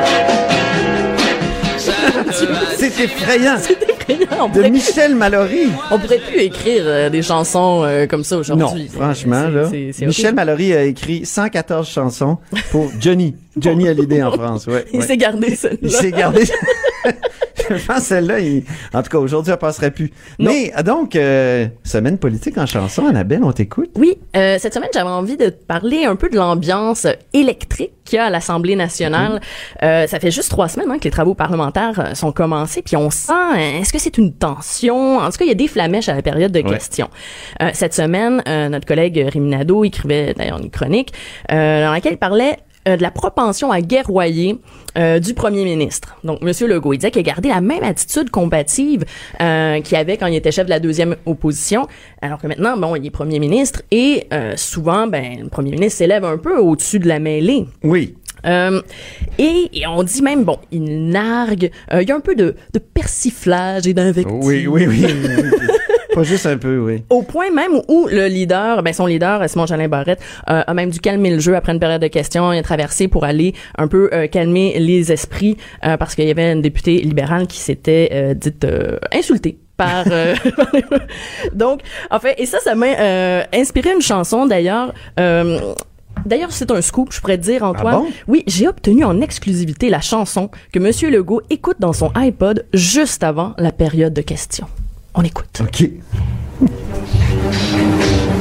I: rien.
C: C'est effrayant.
J: C'est effrayant.
C: De Michel Mallory.
J: On pourrait plus écrire des chansons comme ça aujourd'hui.
C: Non, franchement, là. Michel Mallory a écrit 114 chansons pour Johnny Hallyday en France. Ouais,
J: il s'est gardé celle-là.
C: Il s'est gardé. Je pense que celle-là, en tout cas, aujourd'hui, elle passerait plus. Non. Mais, donc, semaine politique en chanson, Annabelle, on t'écoute?
J: Oui, cette semaine, j'avais envie de parler un peu de l'ambiance électrique qu'il y a à l'Assemblée nationale. Ça fait juste 3 semaines que les travaux parlementaires sont commencés, puis on sent, est-ce que c'est une tension? En tout cas, il y a des flamèches à la période de questions. Cette semaine, notre collègue Rémi Nadeau écrivait d'ailleurs une chronique dans laquelle il parlait de la propension à guerroyer du premier ministre. Donc, M. Legault, il disait qu'il a gardé la même attitude combative qu'il avait quand il était chef de la deuxième opposition, alors que maintenant, il est premier ministre et souvent, le premier ministre s'élève un peu au-dessus de la mêlée.
C: Oui.
J: Et on dit même, il nargue, il y a un peu de persiflage et d'invective.
C: Oui. Pas juste un peu, oui.
J: Au point même où le leader, son leader, Simon-Jolin Barrette, a même dû calmer le jeu après une période de questions. Il a traversé pour aller un peu calmer les esprits parce qu'il y avait une députée libérale qui s'était dite insultée par donc en fait, et ça m'a inspiré une chanson d'ailleurs. D'ailleurs, c'est un scoop, je pourrais te dire, Antoine.
C: Ah bon?
J: Oui, j'ai obtenu en exclusivité la chanson que M. Legault écoute dans son iPod juste avant la période de questions. On écoute.
C: OK.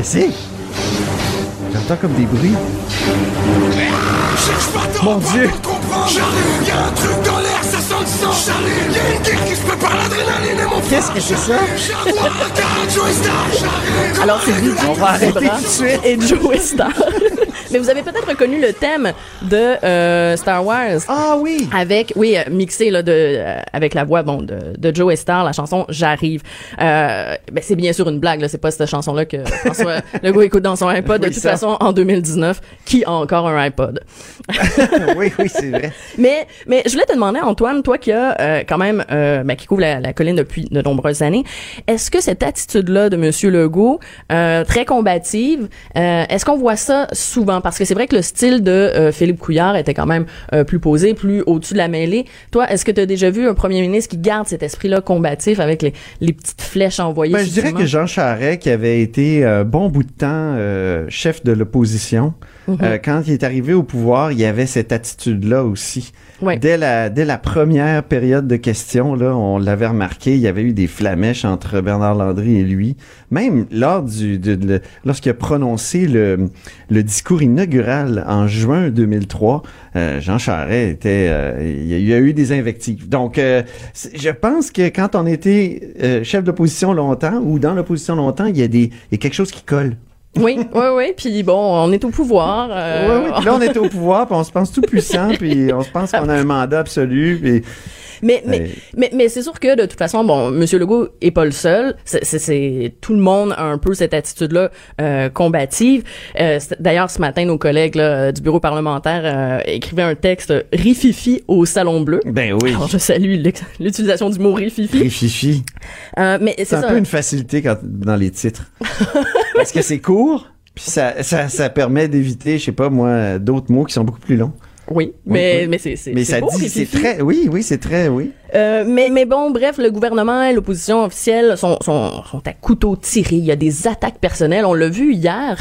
C: c'est? J'entends comme des bruits. Mon Dieu!
K: J'arrive, y a un truc dans l'air, ça sent le sang. J'arrive, y a une guerre qui se prépare, l'adrénaline et mon
C: Qu'est-ce que c'est ça?
J: Alors, c'est DJ
C: On va arrêter
J: Zebra
C: tout de suite.
J: et Joey Star. Mais vous avez peut-être reconnu le thème de Star Wars.
C: Ah oui!
J: Mixé là, avec la voix de Joey Star, la chanson J'arrive. C'est bien sûr une blague, là, c'est pas cette chanson-là que François Legault écoute dans son iPod. De toute façon, en 2019, qui a encore un iPod?
C: oui, c'est vrai.
J: Mais je voulais te demander, Antoine, toi qui as quand même qui couvre la colline depuis de nombreuses années, est-ce que cette attitude-là de M. Legault, très combative, est-ce qu'on voit ça souvent? Parce que c'est vrai que le style de Philippe Couillard était quand même plus posé, plus au-dessus de la mêlée. Toi, est-ce que tu as déjà vu un premier ministre qui garde cet esprit-là combatif avec les petites flèches envoyées?
C: Je dirais que Jean Charest, qui avait été bon bout de temps chef de l'opposition, quand il est arrivé au pouvoir, il y avait cette attitude-là aussi.
J: Ouais.
C: Dès la première période de questions, là, on l'avait remarqué, il y avait eu des flamèches entre Bernard Landry et lui. Même lorsqu'il a prononcé le discours inaugural en juin 2003, Jean Charest il y a eu des invectives. Donc, je pense que quand on était chef d'opposition longtemps ou dans l'opposition longtemps, il y a quelque chose qui colle.
J: Oui. Puis bon, on est au pouvoir.
C: Oui. Puis là, on est au pouvoir, puis on se pense tout puissant, puis on se pense qu'on a un mandat absolu, puis...
J: Mais c'est sûr que de toute façon, bon, M. Legault est pas le seul. C'est tout le monde a un peu cette attitude-là combative. D'ailleurs, ce matin, nos collègues là, du bureau parlementaire écrivaient un texte rififi au Salon Bleu.
C: Ben oui.
J: Alors, je salue l'utilisation du mot rififi.
C: Rififi.
J: Mais c'est
C: un peu une facilité dans les titres. Parce que c'est court, puis ça permet d'éviter, je sais pas moi, d'autres mots qui sont beaucoup plus longs.
J: Oui, mais c'est
C: ça
J: beau,
C: dit, c'est très, oui, c'est très, oui.
J: Mais bon, bref, le gouvernement et l'opposition officielle sont à couteau tiré. Il y a des attaques personnelles. On l'a vu hier,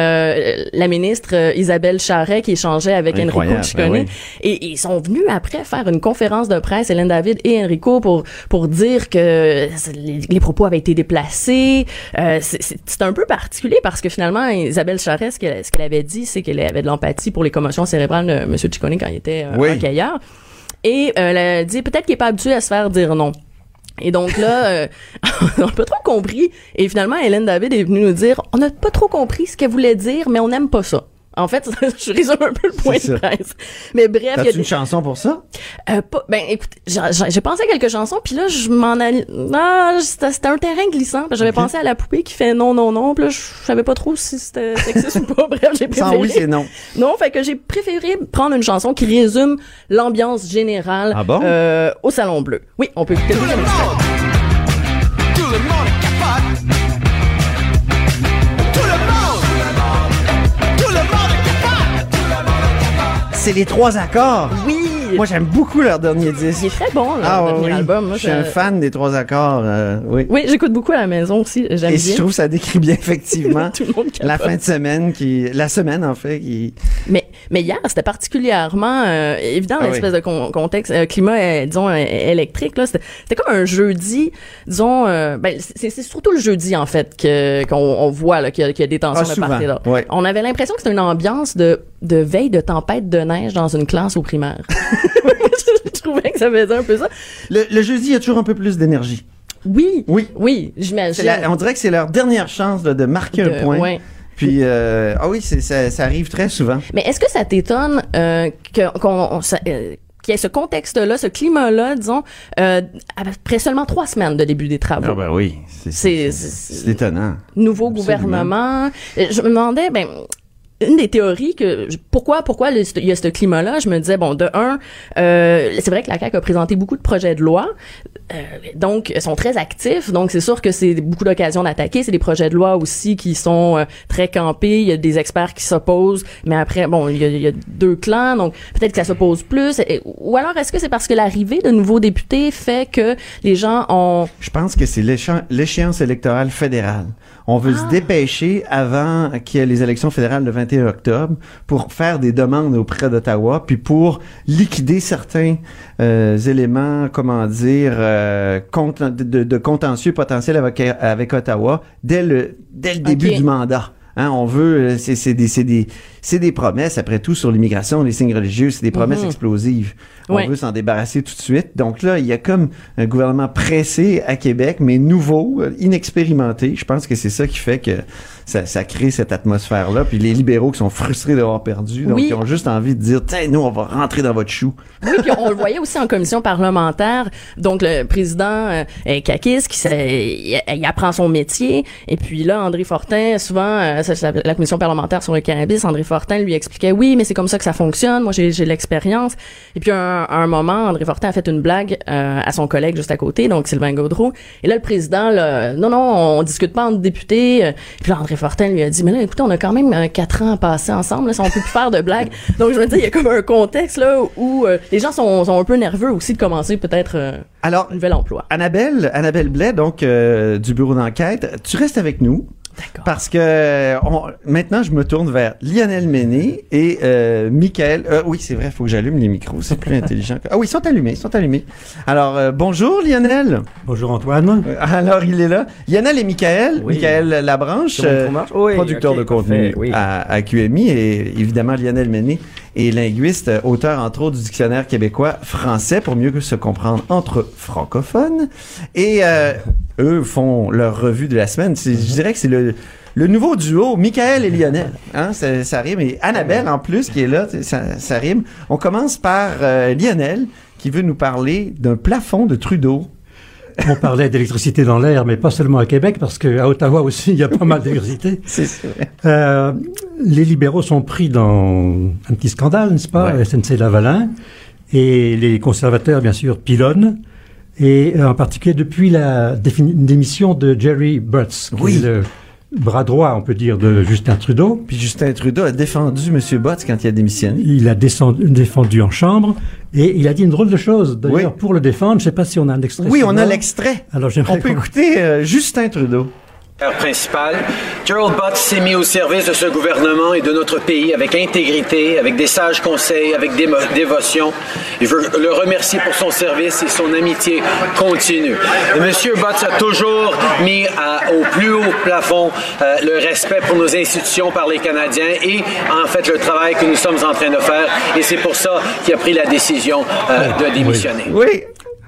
J: la ministre Isabelle Charest qui échangeait avec Enrico Ciccone.
C: Ben oui.
J: Et ils sont venus après faire une conférence de presse, Hélène David et Enrico, pour dire que les propos avaient été déplacés. C'est un peu particulier parce que finalement, Isabelle Charest, ce qu'elle avait dit, c'est qu'elle avait de l'empathie pour les commotions cérébrales de M. Ciccone quand il était hockeyeur. Et elle a dit peut-être qu'il est pas habitué à se faire dire non. Et donc là, on n'a pas trop compris. Et finalement, Hélène David est venue nous dire on n'a pas trop compris ce qu'elle voulait dire, mais on n'aime pas ça. En fait, je résume un peu le point de presse. Mais bref,
C: t'as-tu une chanson pour ça?
J: Écoute, j'ai pensé à quelques chansons, puis là, je m'en allais... c'était un terrain glissant. J'avais pensé à la poupée qui fait non, non, non, puis là, je savais pas trop si c'était sexiste ou pas. Bref, j'ai préféré...
C: Sans oui, c'est non.
J: Non, fait que j'ai préféré prendre une chanson qui résume l'ambiance générale au Salon Bleu. Oui, on peut écouter le deuxième extrait.
K: Tout le monde est capable.
C: C'est les 3 accords.
J: Oui.
C: Moi, j'aime beaucoup leur dernier disque.
J: Il est très bon, leur dernier album. Moi,
C: je suis un fan des 3 accords. Oui,
J: j'écoute beaucoup à la maison aussi. J'aime bien.
C: Et je trouve que ça décrit bien, effectivement,
J: tout le monde
C: la fin de semaine, la semaine, en fait.
J: Mais hier, c'était particulièrement évident, l'espèce de contexte, climat, disons, électrique. Là, c'était comme un jeudi, disons, c'est surtout le jeudi, en fait, qu'on voit là, qu'il y a des tensions de part et d'autre.
C: Ouais.
J: On avait l'impression que c'était une ambiance de veille de tempête de neige dans une classe au primaire. Je trouvais que ça faisait un peu ça.
C: Le jeudi, il y a toujours un peu plus d'énergie.
J: Oui, j'imagine.
C: On dirait que c'est leur dernière chance de marquer un point. Ouais. Puis, ça arrive très souvent.
J: Mais est-ce que ça t'étonne qu'il y ait ce contexte-là, ce climat-là, disons, après seulement 3 semaines de début des travaux?
C: Ah ben oui, c'est étonnant.
J: Nouveau
C: Absolument.
J: Gouvernement. Je me demandais, une des théories pourquoi il y a ce climat-là, je me disais, bon, de un, c'est vrai que la CAQ a présenté beaucoup de projets de loi, donc ils sont très actifs, donc c'est sûr que c'est beaucoup d'occasions d'attaquer, c'est des projets de loi aussi qui sont très campés, il y a des experts qui s'opposent, mais après, bon, il y a 2 clans, donc peut-être que ça s'oppose plus, ou alors est-ce que c'est parce que l'arrivée de nouveaux députés fait que les gens ont...
C: Je pense que c'est l'échéance électorale fédérale. On veut se dépêcher avant qu'il y ait les élections fédérales le 21 octobre pour faire des demandes auprès d'Ottawa, puis pour liquider certains éléments, comment dire, de contentieux potentiels avec Ottawa dès le début du mandat. Hein, on veut, c'est des promesses, après tout, sur l'immigration, les signes religieux, c'est des promesses explosives. On veut s'en débarrasser tout de suite. Donc là, il y a comme un gouvernement pressé à Québec, mais nouveau, inexpérimenté. Je pense que c'est ça qui fait que ça crée cette atmosphère-là. Puis les libéraux qui sont frustrés d'avoir perdu, donc ils ont juste envie de dire, tiens, nous, on va rentrer dans votre chou.
J: Oui, puis on le voyait aussi en commission parlementaire. Donc le président Kakis, il apprend son métier. Et puis là, André Fortin, souvent, la commission parlementaire sur le cannabis, André Fortin lui expliquait, oui, mais c'est comme ça que ça fonctionne. Moi, j'ai l'expérience. Et puis à un moment, André Fortin a fait une blague à son collègue juste à côté, donc Sylvain Gaudreault. Et là, le président, là, non, on discute pas entre députés. Puis là, André Fortin lui a dit, mais là, écoutez, on a quand même 4 ans à passer ensemble, là, si on peut plus faire de blagues. Donc, je me dis, il y a comme un contexte là où les gens sont un peu nerveux aussi de commencer peut-être un nouvel emploi.
C: Annabelle Blais, donc du bureau d'enquête, tu restes avec nous.
J: D'accord.
C: Parce que maintenant, je me tourne vers Lionel Méné et Michael. Oui, c'est vrai, il faut que j'allume les micros, c'est plus intelligent. Ah oui, ils sont allumés. Alors, bonjour Lionel.
L: Bonjour Antoine.
C: Alors, il est là. Lionel et Michael. Oui. Michael Labranche, producteur de contenu à QMI, et évidemment Lionel Méné est linguiste, auteur entre autres du dictionnaire québécois-français pour mieux se comprendre entre francophones. Et eux font leur revue de la semaine. Je dirais que c'est le nouveau duo, Michael et Lionel. Hein, ça rime. Et Annabelle, en plus, qui est là, ça rime. On commence par Lionel, qui veut nous parler d'un plafond de Trudeau.
L: On parlait d'électricité dans l'air, mais pas seulement à Québec, parce qu'à Ottawa aussi, il y a pas mal d'électricité.
C: C'est vrai.
L: Les libéraux sont pris dans un petit scandale, n'est-ce pas, SNC-Lavalin, et les conservateurs, bien sûr, pilonnent. Et en particulier depuis la démission de Jerry Butts, qui est le bras droit, on peut dire, de Justin Trudeau.
C: Puis Justin Trudeau a défendu M. Butts quand il a démissionné.
L: Il a défendu en chambre, et il a dit une drôle de chose. D'ailleurs, pour le défendre, je ne sais pas si on a un extrait.
C: Oui, on a l'extrait.
L: Alors,
C: on peut écouter Justin Trudeau.
M: Principal, Gerald Butts s'est mis au service de ce gouvernement et de notre pays avec intégrité, avec des sages conseils, avec dévotion. Je veux le remercier pour son service et son amitié continue. Monsieur Butts a toujours mis au plus haut plafond le respect pour nos institutions par les Canadiens et en fait le travail que nous sommes en train de faire, et c'est pour ça qu'il a pris la décision de démissionner.
C: Oui.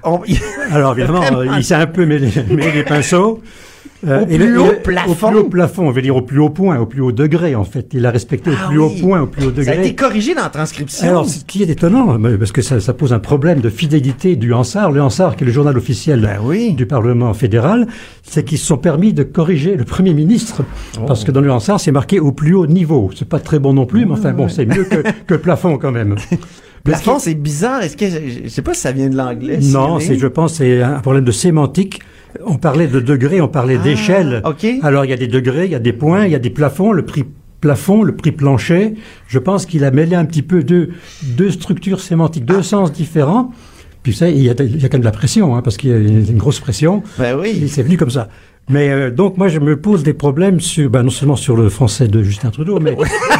L: Alors évidemment, il s'est un peu mêlé les pinceaux.
C: Au plus haut plafond,
L: on veut dire au plus haut point, au plus haut degré, en fait. Il a respecté au plus haut point, au plus haut degré.
C: Ça a été corrigé dans la transcription.
L: Alors, ce qui est étonnant, parce que ça pose un problème de fidélité du Hansard. Le Hansard, qui est le journal officiel du Parlement fédéral, c'est qu'ils se sont permis de corriger le Premier ministre, parce que dans le Hansard, c'est marqué au plus haut niveau. C'est pas très bon non plus, mais enfin bon, c'est mieux que plafond quand même.
C: Plafond, c'est bizarre. Est-ce que je sais pas si ça vient de l'anglais?
L: Non, je pense, c'est un problème de sémantique. On parlait de degrés, on parlait d'échelle.
C: Okay.
L: Alors, il y a des degrés, il y a des points, il y a des plafonds, le prix plafond, le prix plancher. Je pense qu'il a mêlé un petit peu deux structures sémantiques, deux sens différents. Puis ça, il y a quand même de la pression, parce qu'il y a une grosse pression.
C: Ben oui.
L: Et c'est venu comme ça. Mais donc, moi, je me pose des problèmes non seulement sur le français de Justin Trudeau, mais...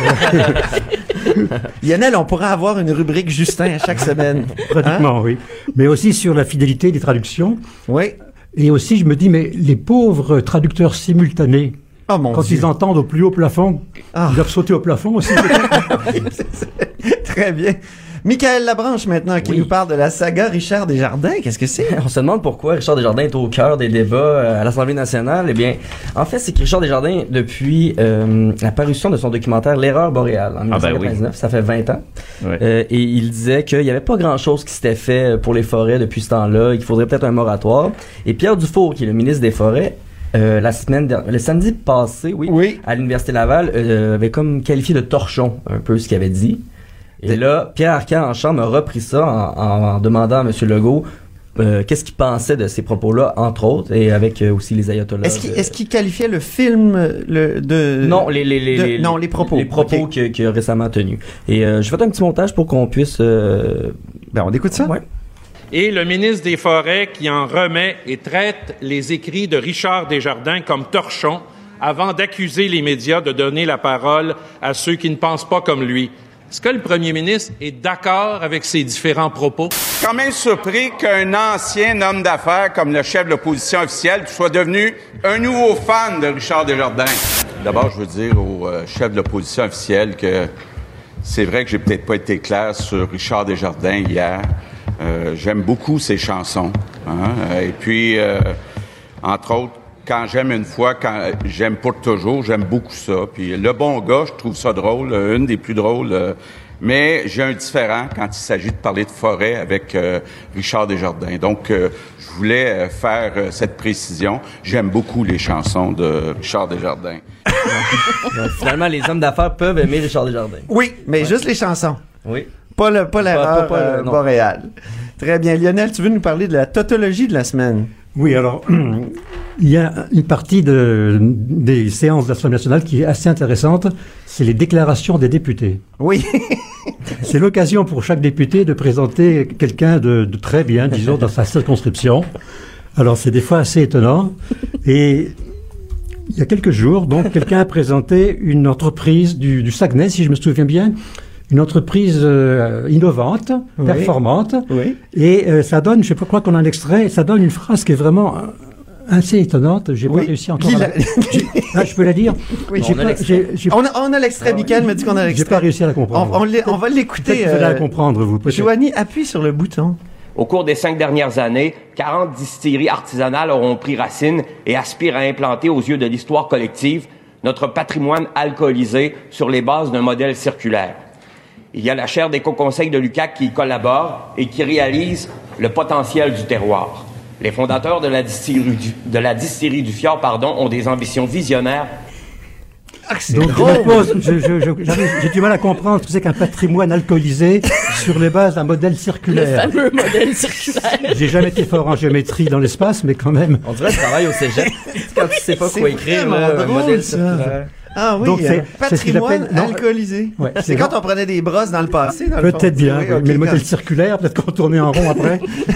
C: Lionel, on pourra avoir une rubrique Justin à chaque semaine.
L: Pratiquement, oui. Mais aussi sur la fidélité des traductions.
C: Oui.
L: Et aussi, je me dis, mais les pauvres traducteurs simultanés, quand ils entendent au plus haut plafond, ils doivent sauter au plafond aussi.
C: Très bien. Michael Labranche, maintenant, qui nous parle de la saga Richard Desjardins. Qu'est-ce que c'est?
N: On se demande pourquoi Richard Desjardins est au cœur des débats à l'Assemblée nationale. Eh bien, en fait, c'est que Richard Desjardins, depuis la parution de son documentaire L'Erreur boréale en 1999, ça fait 20 ans, et il disait qu'il n'y avait pas grand-chose qui s'était fait pour les forêts depuis ce temps-là, et qu'il faudrait peut-être un moratoire. Et Pierre Dufour, qui est le ministre des Forêts, le samedi passé, à l'Université Laval, avait comme qualifié de torchon un peu ce qu'il avait dit. Et là, Pierre Arcan en chambre a repris ça en demandant à M. Legault qu'est-ce qu'il pensait de ces propos-là, entre autres, et avec aussi les ayatollahs.
C: Est-ce qu'il qualifiait le film
N: Non, les propos. Les propos qu'il a récemment tenus. Et je vais faire un petit montage pour qu'on puisse...
C: on écoute ça?
N: Ouais.
O: Et le ministre des Forêts qui en remet et traite les écrits de Richard Desjardins comme torchons avant d'accuser les médias de donner la parole à ceux qui ne pensent pas comme lui. Est-ce que le premier ministre est d'accord avec ces différents propos?
P: suis quand même surpris qu'un ancien homme d'affaires comme le chef de l'opposition officielle soit devenu un nouveau fan de Richard Desjardins. D'abord, je veux dire au chef de l'opposition officielle que c'est vrai que j'ai peut-être pas été clair sur Richard Desjardins hier. J'aime beaucoup ses chansons. Hein? Et puis, entre autres, quand j'aime une fois, quand j'aime pour toujours, j'aime beaucoup ça. Puis le bon gars, je trouve ça drôle, une des plus drôles. Mais j'ai un différent quand il s'agit de parler de forêt avec Richard Desjardins. Donc, je voulais faire cette précision. J'aime beaucoup les chansons de Richard Desjardins.
N: Finalement, les hommes d'affaires peuvent aimer Richard Desjardins.
C: Oui, mais juste les chansons.
N: Oui.
C: Pas l'erreur boréale. Très bien. Lionel, tu veux nous parler de la tautologie de la semaine?
L: Oui, alors, il y a une partie des séances de l'Assemblée nationale qui est assez intéressante, c'est les déclarations des députés.
C: Oui.
L: C'est l'occasion pour chaque député de présenter quelqu'un de très bien, disons, dans sa circonscription. Alors, c'est des fois assez étonnant. Et il y a quelques jours, donc, quelqu'un a présenté une entreprise du Saguenay, si je me souviens bien, une entreprise innovante, performante, et ça donne, je sais pas quoi qu'on a un extrait, ça donne une phrase qui est vraiment assez étonnante. J'ai pas réussi encore je peux la dire.
C: Oui, on a l'extrait. Michael m'a dit qu'on a l'extrait.
L: J'ai pas réussi à la comprendre.
C: On va l'écouter.
L: Vous allez la comprendre, vous.
C: Joanie, appuie sur le bouton.
Q: Au cours des 5 dernières années, 40 distilleries artisanales auront pris racine et aspirent à implanter aux yeux de l'histoire collective notre patrimoine alcoolisé sur les bases d'un modèle circulaire. Il y a la chaire d'éco-conseil de l'UQAC qui y collabore et qui réalise le potentiel du terroir. Les fondateurs de la distillerie du Fjord, ont des ambitions visionnaires.
L: Donc, j'ai du mal à comprendre ce que c'est qu'un patrimoine alcoolisé sur les bases d'un modèle circulaire.
J: Le fameux modèle circulaire.
L: J'ai jamais été fort en géométrie dans l'espace, mais quand même.
N: On dirait que je travaille au cégep. Quand tu sais pas quoi écrire, un modèle circulaire.
C: Ah oui,
L: donc
C: patrimoine alcoolisé. Ouais, c'est quand on prenait des brosses dans le passé.
L: Peut-être bien, mais le modèle circulaire, peut-être qu'on tournait en rond après.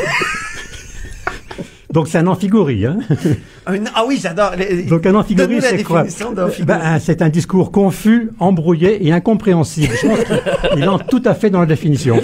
L: Donc c'est un amphigorie. Hein?
C: Ah oui, j'adore.
L: Donc un amphigorie, c'est quoi? C'est un discours confus, embrouillé et incompréhensible. Je pense qu'il entre tout à fait dans la définition.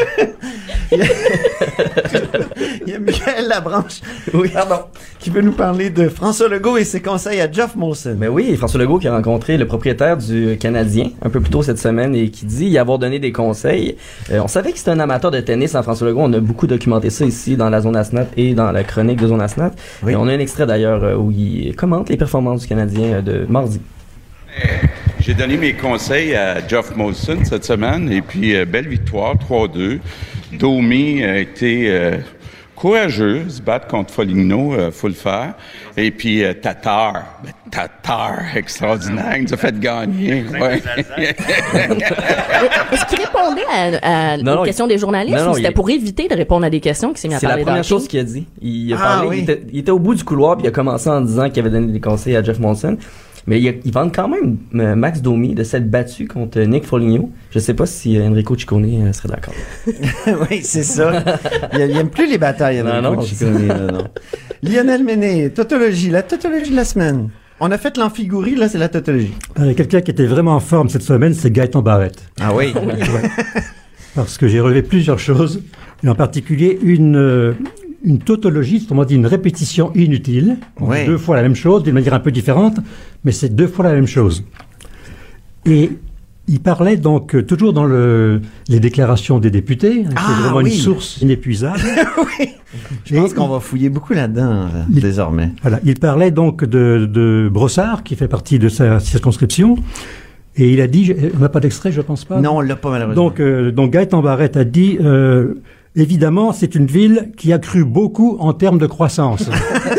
C: Il y a Michael Labranche, qui veut nous parler de François Legault et ses conseils à Geoff Molson.
N: Mais oui, François Legault qui a rencontré le propriétaire du Canadien un peu plus tôt cette semaine et qui dit y avoir donné des conseils. On savait que c'était un amateur de tennis, François Legault. On a beaucoup documenté ça ici dans la Zone Asnat et dans la chronique de Zone Asnat. Oui. Et on a un extrait d'ailleurs où il commente les performances du Canadien de mardi.
P: J'ai donné mes conseils à Geoff Molson cette semaine et puis belle victoire, 3-2. Domi a été courageux, se battre contre Foligno, faut le faire. Et puis Tatar, extraordinaire, il nous a fait gagner. Ouais.
J: Est-ce qu'il répondait aux questions des journalistes ou c'était pour éviter de répondre à des questions qu'il s'est mis à parler?
N: C'est la première chose qu'il a dit. Il a parlé, il était au bout du couloir puis il a commencé en disant qu'il avait donné des conseils à Geoff Molson. Mais il vante quand même Max Domi de s'être battu contre Nick Foligno. Je sais pas si Enrico Ciccone serait d'accord.
C: Oui, c'est ça. Il aime plus les batailles, Enrico Ciccone. Non. Lionel Méné, tautologie, la tautologie de la semaine. On a fait l'amphigorie, là, c'est la tautologie.
L: Quelqu'un qui était vraiment en forme cette semaine, c'est Gaëtan Barrette.
C: Ah oui?
L: Ouais. Parce que j'ai relevé plusieurs choses, et en particulier une tautologie, c'est-à-dire une répétition inutile. Oui. 2 fois la même chose, d'une manière un peu différente, mais c'est 2 fois la même chose. Et il parlait donc toujours dans les déclarations des députés, c'est vraiment une source inépuisable.
C: Oui. Je pense qu'on va fouiller beaucoup là-dedans désormais.
L: Voilà, il parlait donc de Brossard, qui fait partie de sa circonscription. Et il a dit, on n'a pas d'extrait, je pense pas.
C: Non, on l'a pas malheureusement.
L: Donc Gaëtan Barrette a dit, évidemment, c'est une ville qui a cru beaucoup en termes de croissance.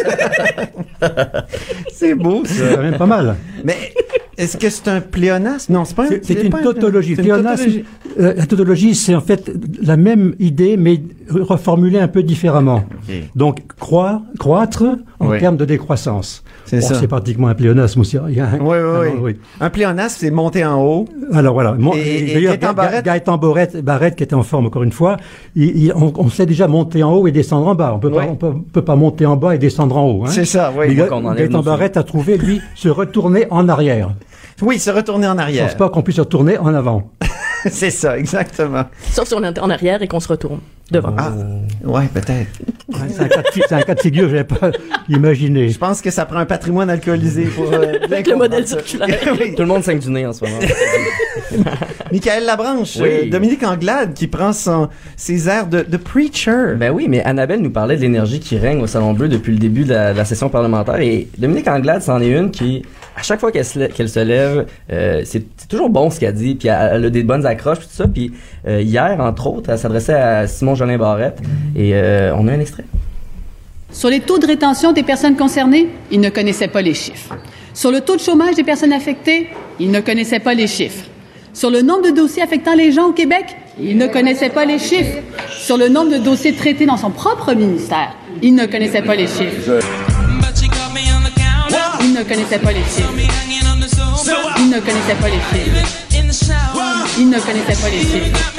C: C'est beau, ça.
L: C'est quand même pas mal.
C: Mais est-ce que c'est un pléonasme? Non, c'est pas
L: c'est une tautologie. La tautologie, c'est en fait la même idée, mais reformulée un peu différemment. Okay. Donc, croître en termes de décroissance.
C: C'est ça.
L: C'est pratiquement un pléonasme aussi.
C: Oui. Un pléonasme, c'est monter en haut.
L: Alors voilà. D'ailleurs, Gaëtan Barrette, qui était en forme encore une fois, on sait déjà monter en haut et descendre en bas. On peut pas monter en bas et descendre en haut. Hein.
C: C'est ça, oui.
L: Gaëtan Barrette a trouvé, lui, se retourner en arrière.
C: Oui, se retourner en arrière.
L: Je pense pas qu'on puisse se retourner en avant.
C: C'est ça, exactement.
J: Sauf si on est en arrière et qu'on se retourne. devant.
C: Ah, ouais, peut-être.
L: Ouais, c'est un cas de figure, je n'avais pas imaginé.
C: Je pense que ça prend un patrimoine alcoolisé pour
J: avec le modèle circulaire.
C: Oui.
N: Tout le monde saigne du nez en ce moment.
C: Michael Labranche,
N: Oui.
C: Dominique Anglade qui prend ses airs de preacher.
N: Ben oui, mais Annabelle nous parlait de l'énergie qui règne au Salon Bleu depuis le début de la session parlementaire. Et Dominique Anglade, c'en est une qui, à chaque fois qu'elle se lève, c'est toujours bon ce qu'elle dit, puis elle a des bonnes accroches, puis tout ça. Puis hier, entre autres, elle s'adressait à Simon Jolin Barrette, et on a un extrait.
R: Sur les taux de rétention des personnes concernées, il ne connaissait pas les chiffres. Sur le taux de chômage des personnes affectées, il ne connaissait pas les chiffres. Sur le nombre de dossiers affectant les gens au Québec, il ne connaissait pas les chiffres. Sur le nombre de dossiers traités dans son propre ministère, il ne connaissait pas les chiffres. Il ne connaissait pas les chiffres. Il ne connaissait pas les chiffres. Il ne connaissait pas les chiffres.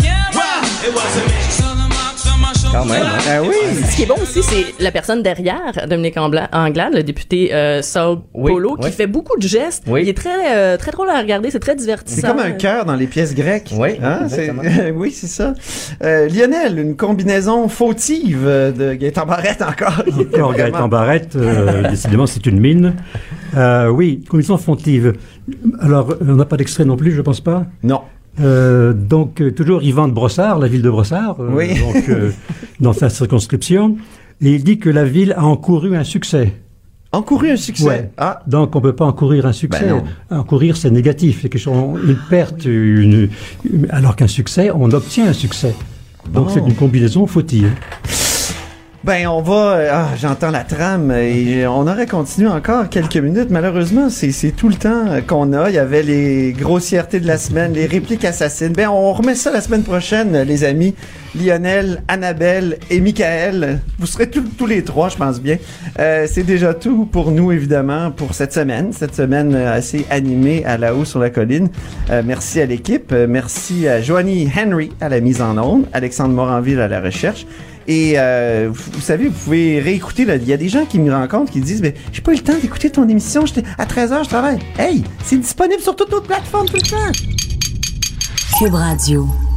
N: Quand même, hein?
C: Ah oui!
J: Ce qui est bon aussi, c'est la personne derrière Dominique Anglade, le député Saul Polo, qui fait beaucoup de gestes.
N: Oui.
J: Il est très drôle à regarder, c'est très divertissant.
C: C'est comme un cœur dans les pièces grecques.
N: Oui,
C: hein?
N: exactement.
C: Oui, c'est ça. Lionel, une combinaison fautive de Gaëtan Barrette encore.
L: Encore Gaëtan Barrette, décidément, c'est une mine. Oui, combinaison fautive. Alors, on n'a pas d'extrait non plus, je pense pas.
C: Non.
L: Donc, toujours Yvan de Brossard, la ville de Brossard,
C: oui.
L: Dans sa circonscription, et il dit que la ville a encouru un succès.
C: Encouru un succès?
L: Ouais.
C: Ah.
L: Donc, on ne peut pas encourir un succès.
C: Ben
L: encourir, c'est négatif. C'est une perte, alors qu'un succès, on obtient un succès. Donc, c'est une combinaison fautive.
C: Ben, on va... j'entends la trame et on aurait continué encore quelques minutes. Malheureusement, c'est tout le temps qu'on a. Il y avait les grossièretés de la semaine, les répliques assassines. Ben, on remet ça la semaine prochaine, les amis. Lionel, Annabelle et Michael. Vous serez tous les trois, je pense bien. C'est déjà tout pour nous, évidemment, pour cette semaine. Cette semaine assez animée à La Haut sur la colline. Merci à l'équipe. Merci à Joanie Henry à la mise en onde. Alexandre Moranville à la recherche. Et vous savez, vous pouvez réécouter. Il y a des gens qui me rencontrent qui disent « J'ai pas eu le temps d'écouter ton émission. À 13h, je travaille. » Hey, c'est disponible sur toutes nos plateformes tout le temps.
A: Cube Radio.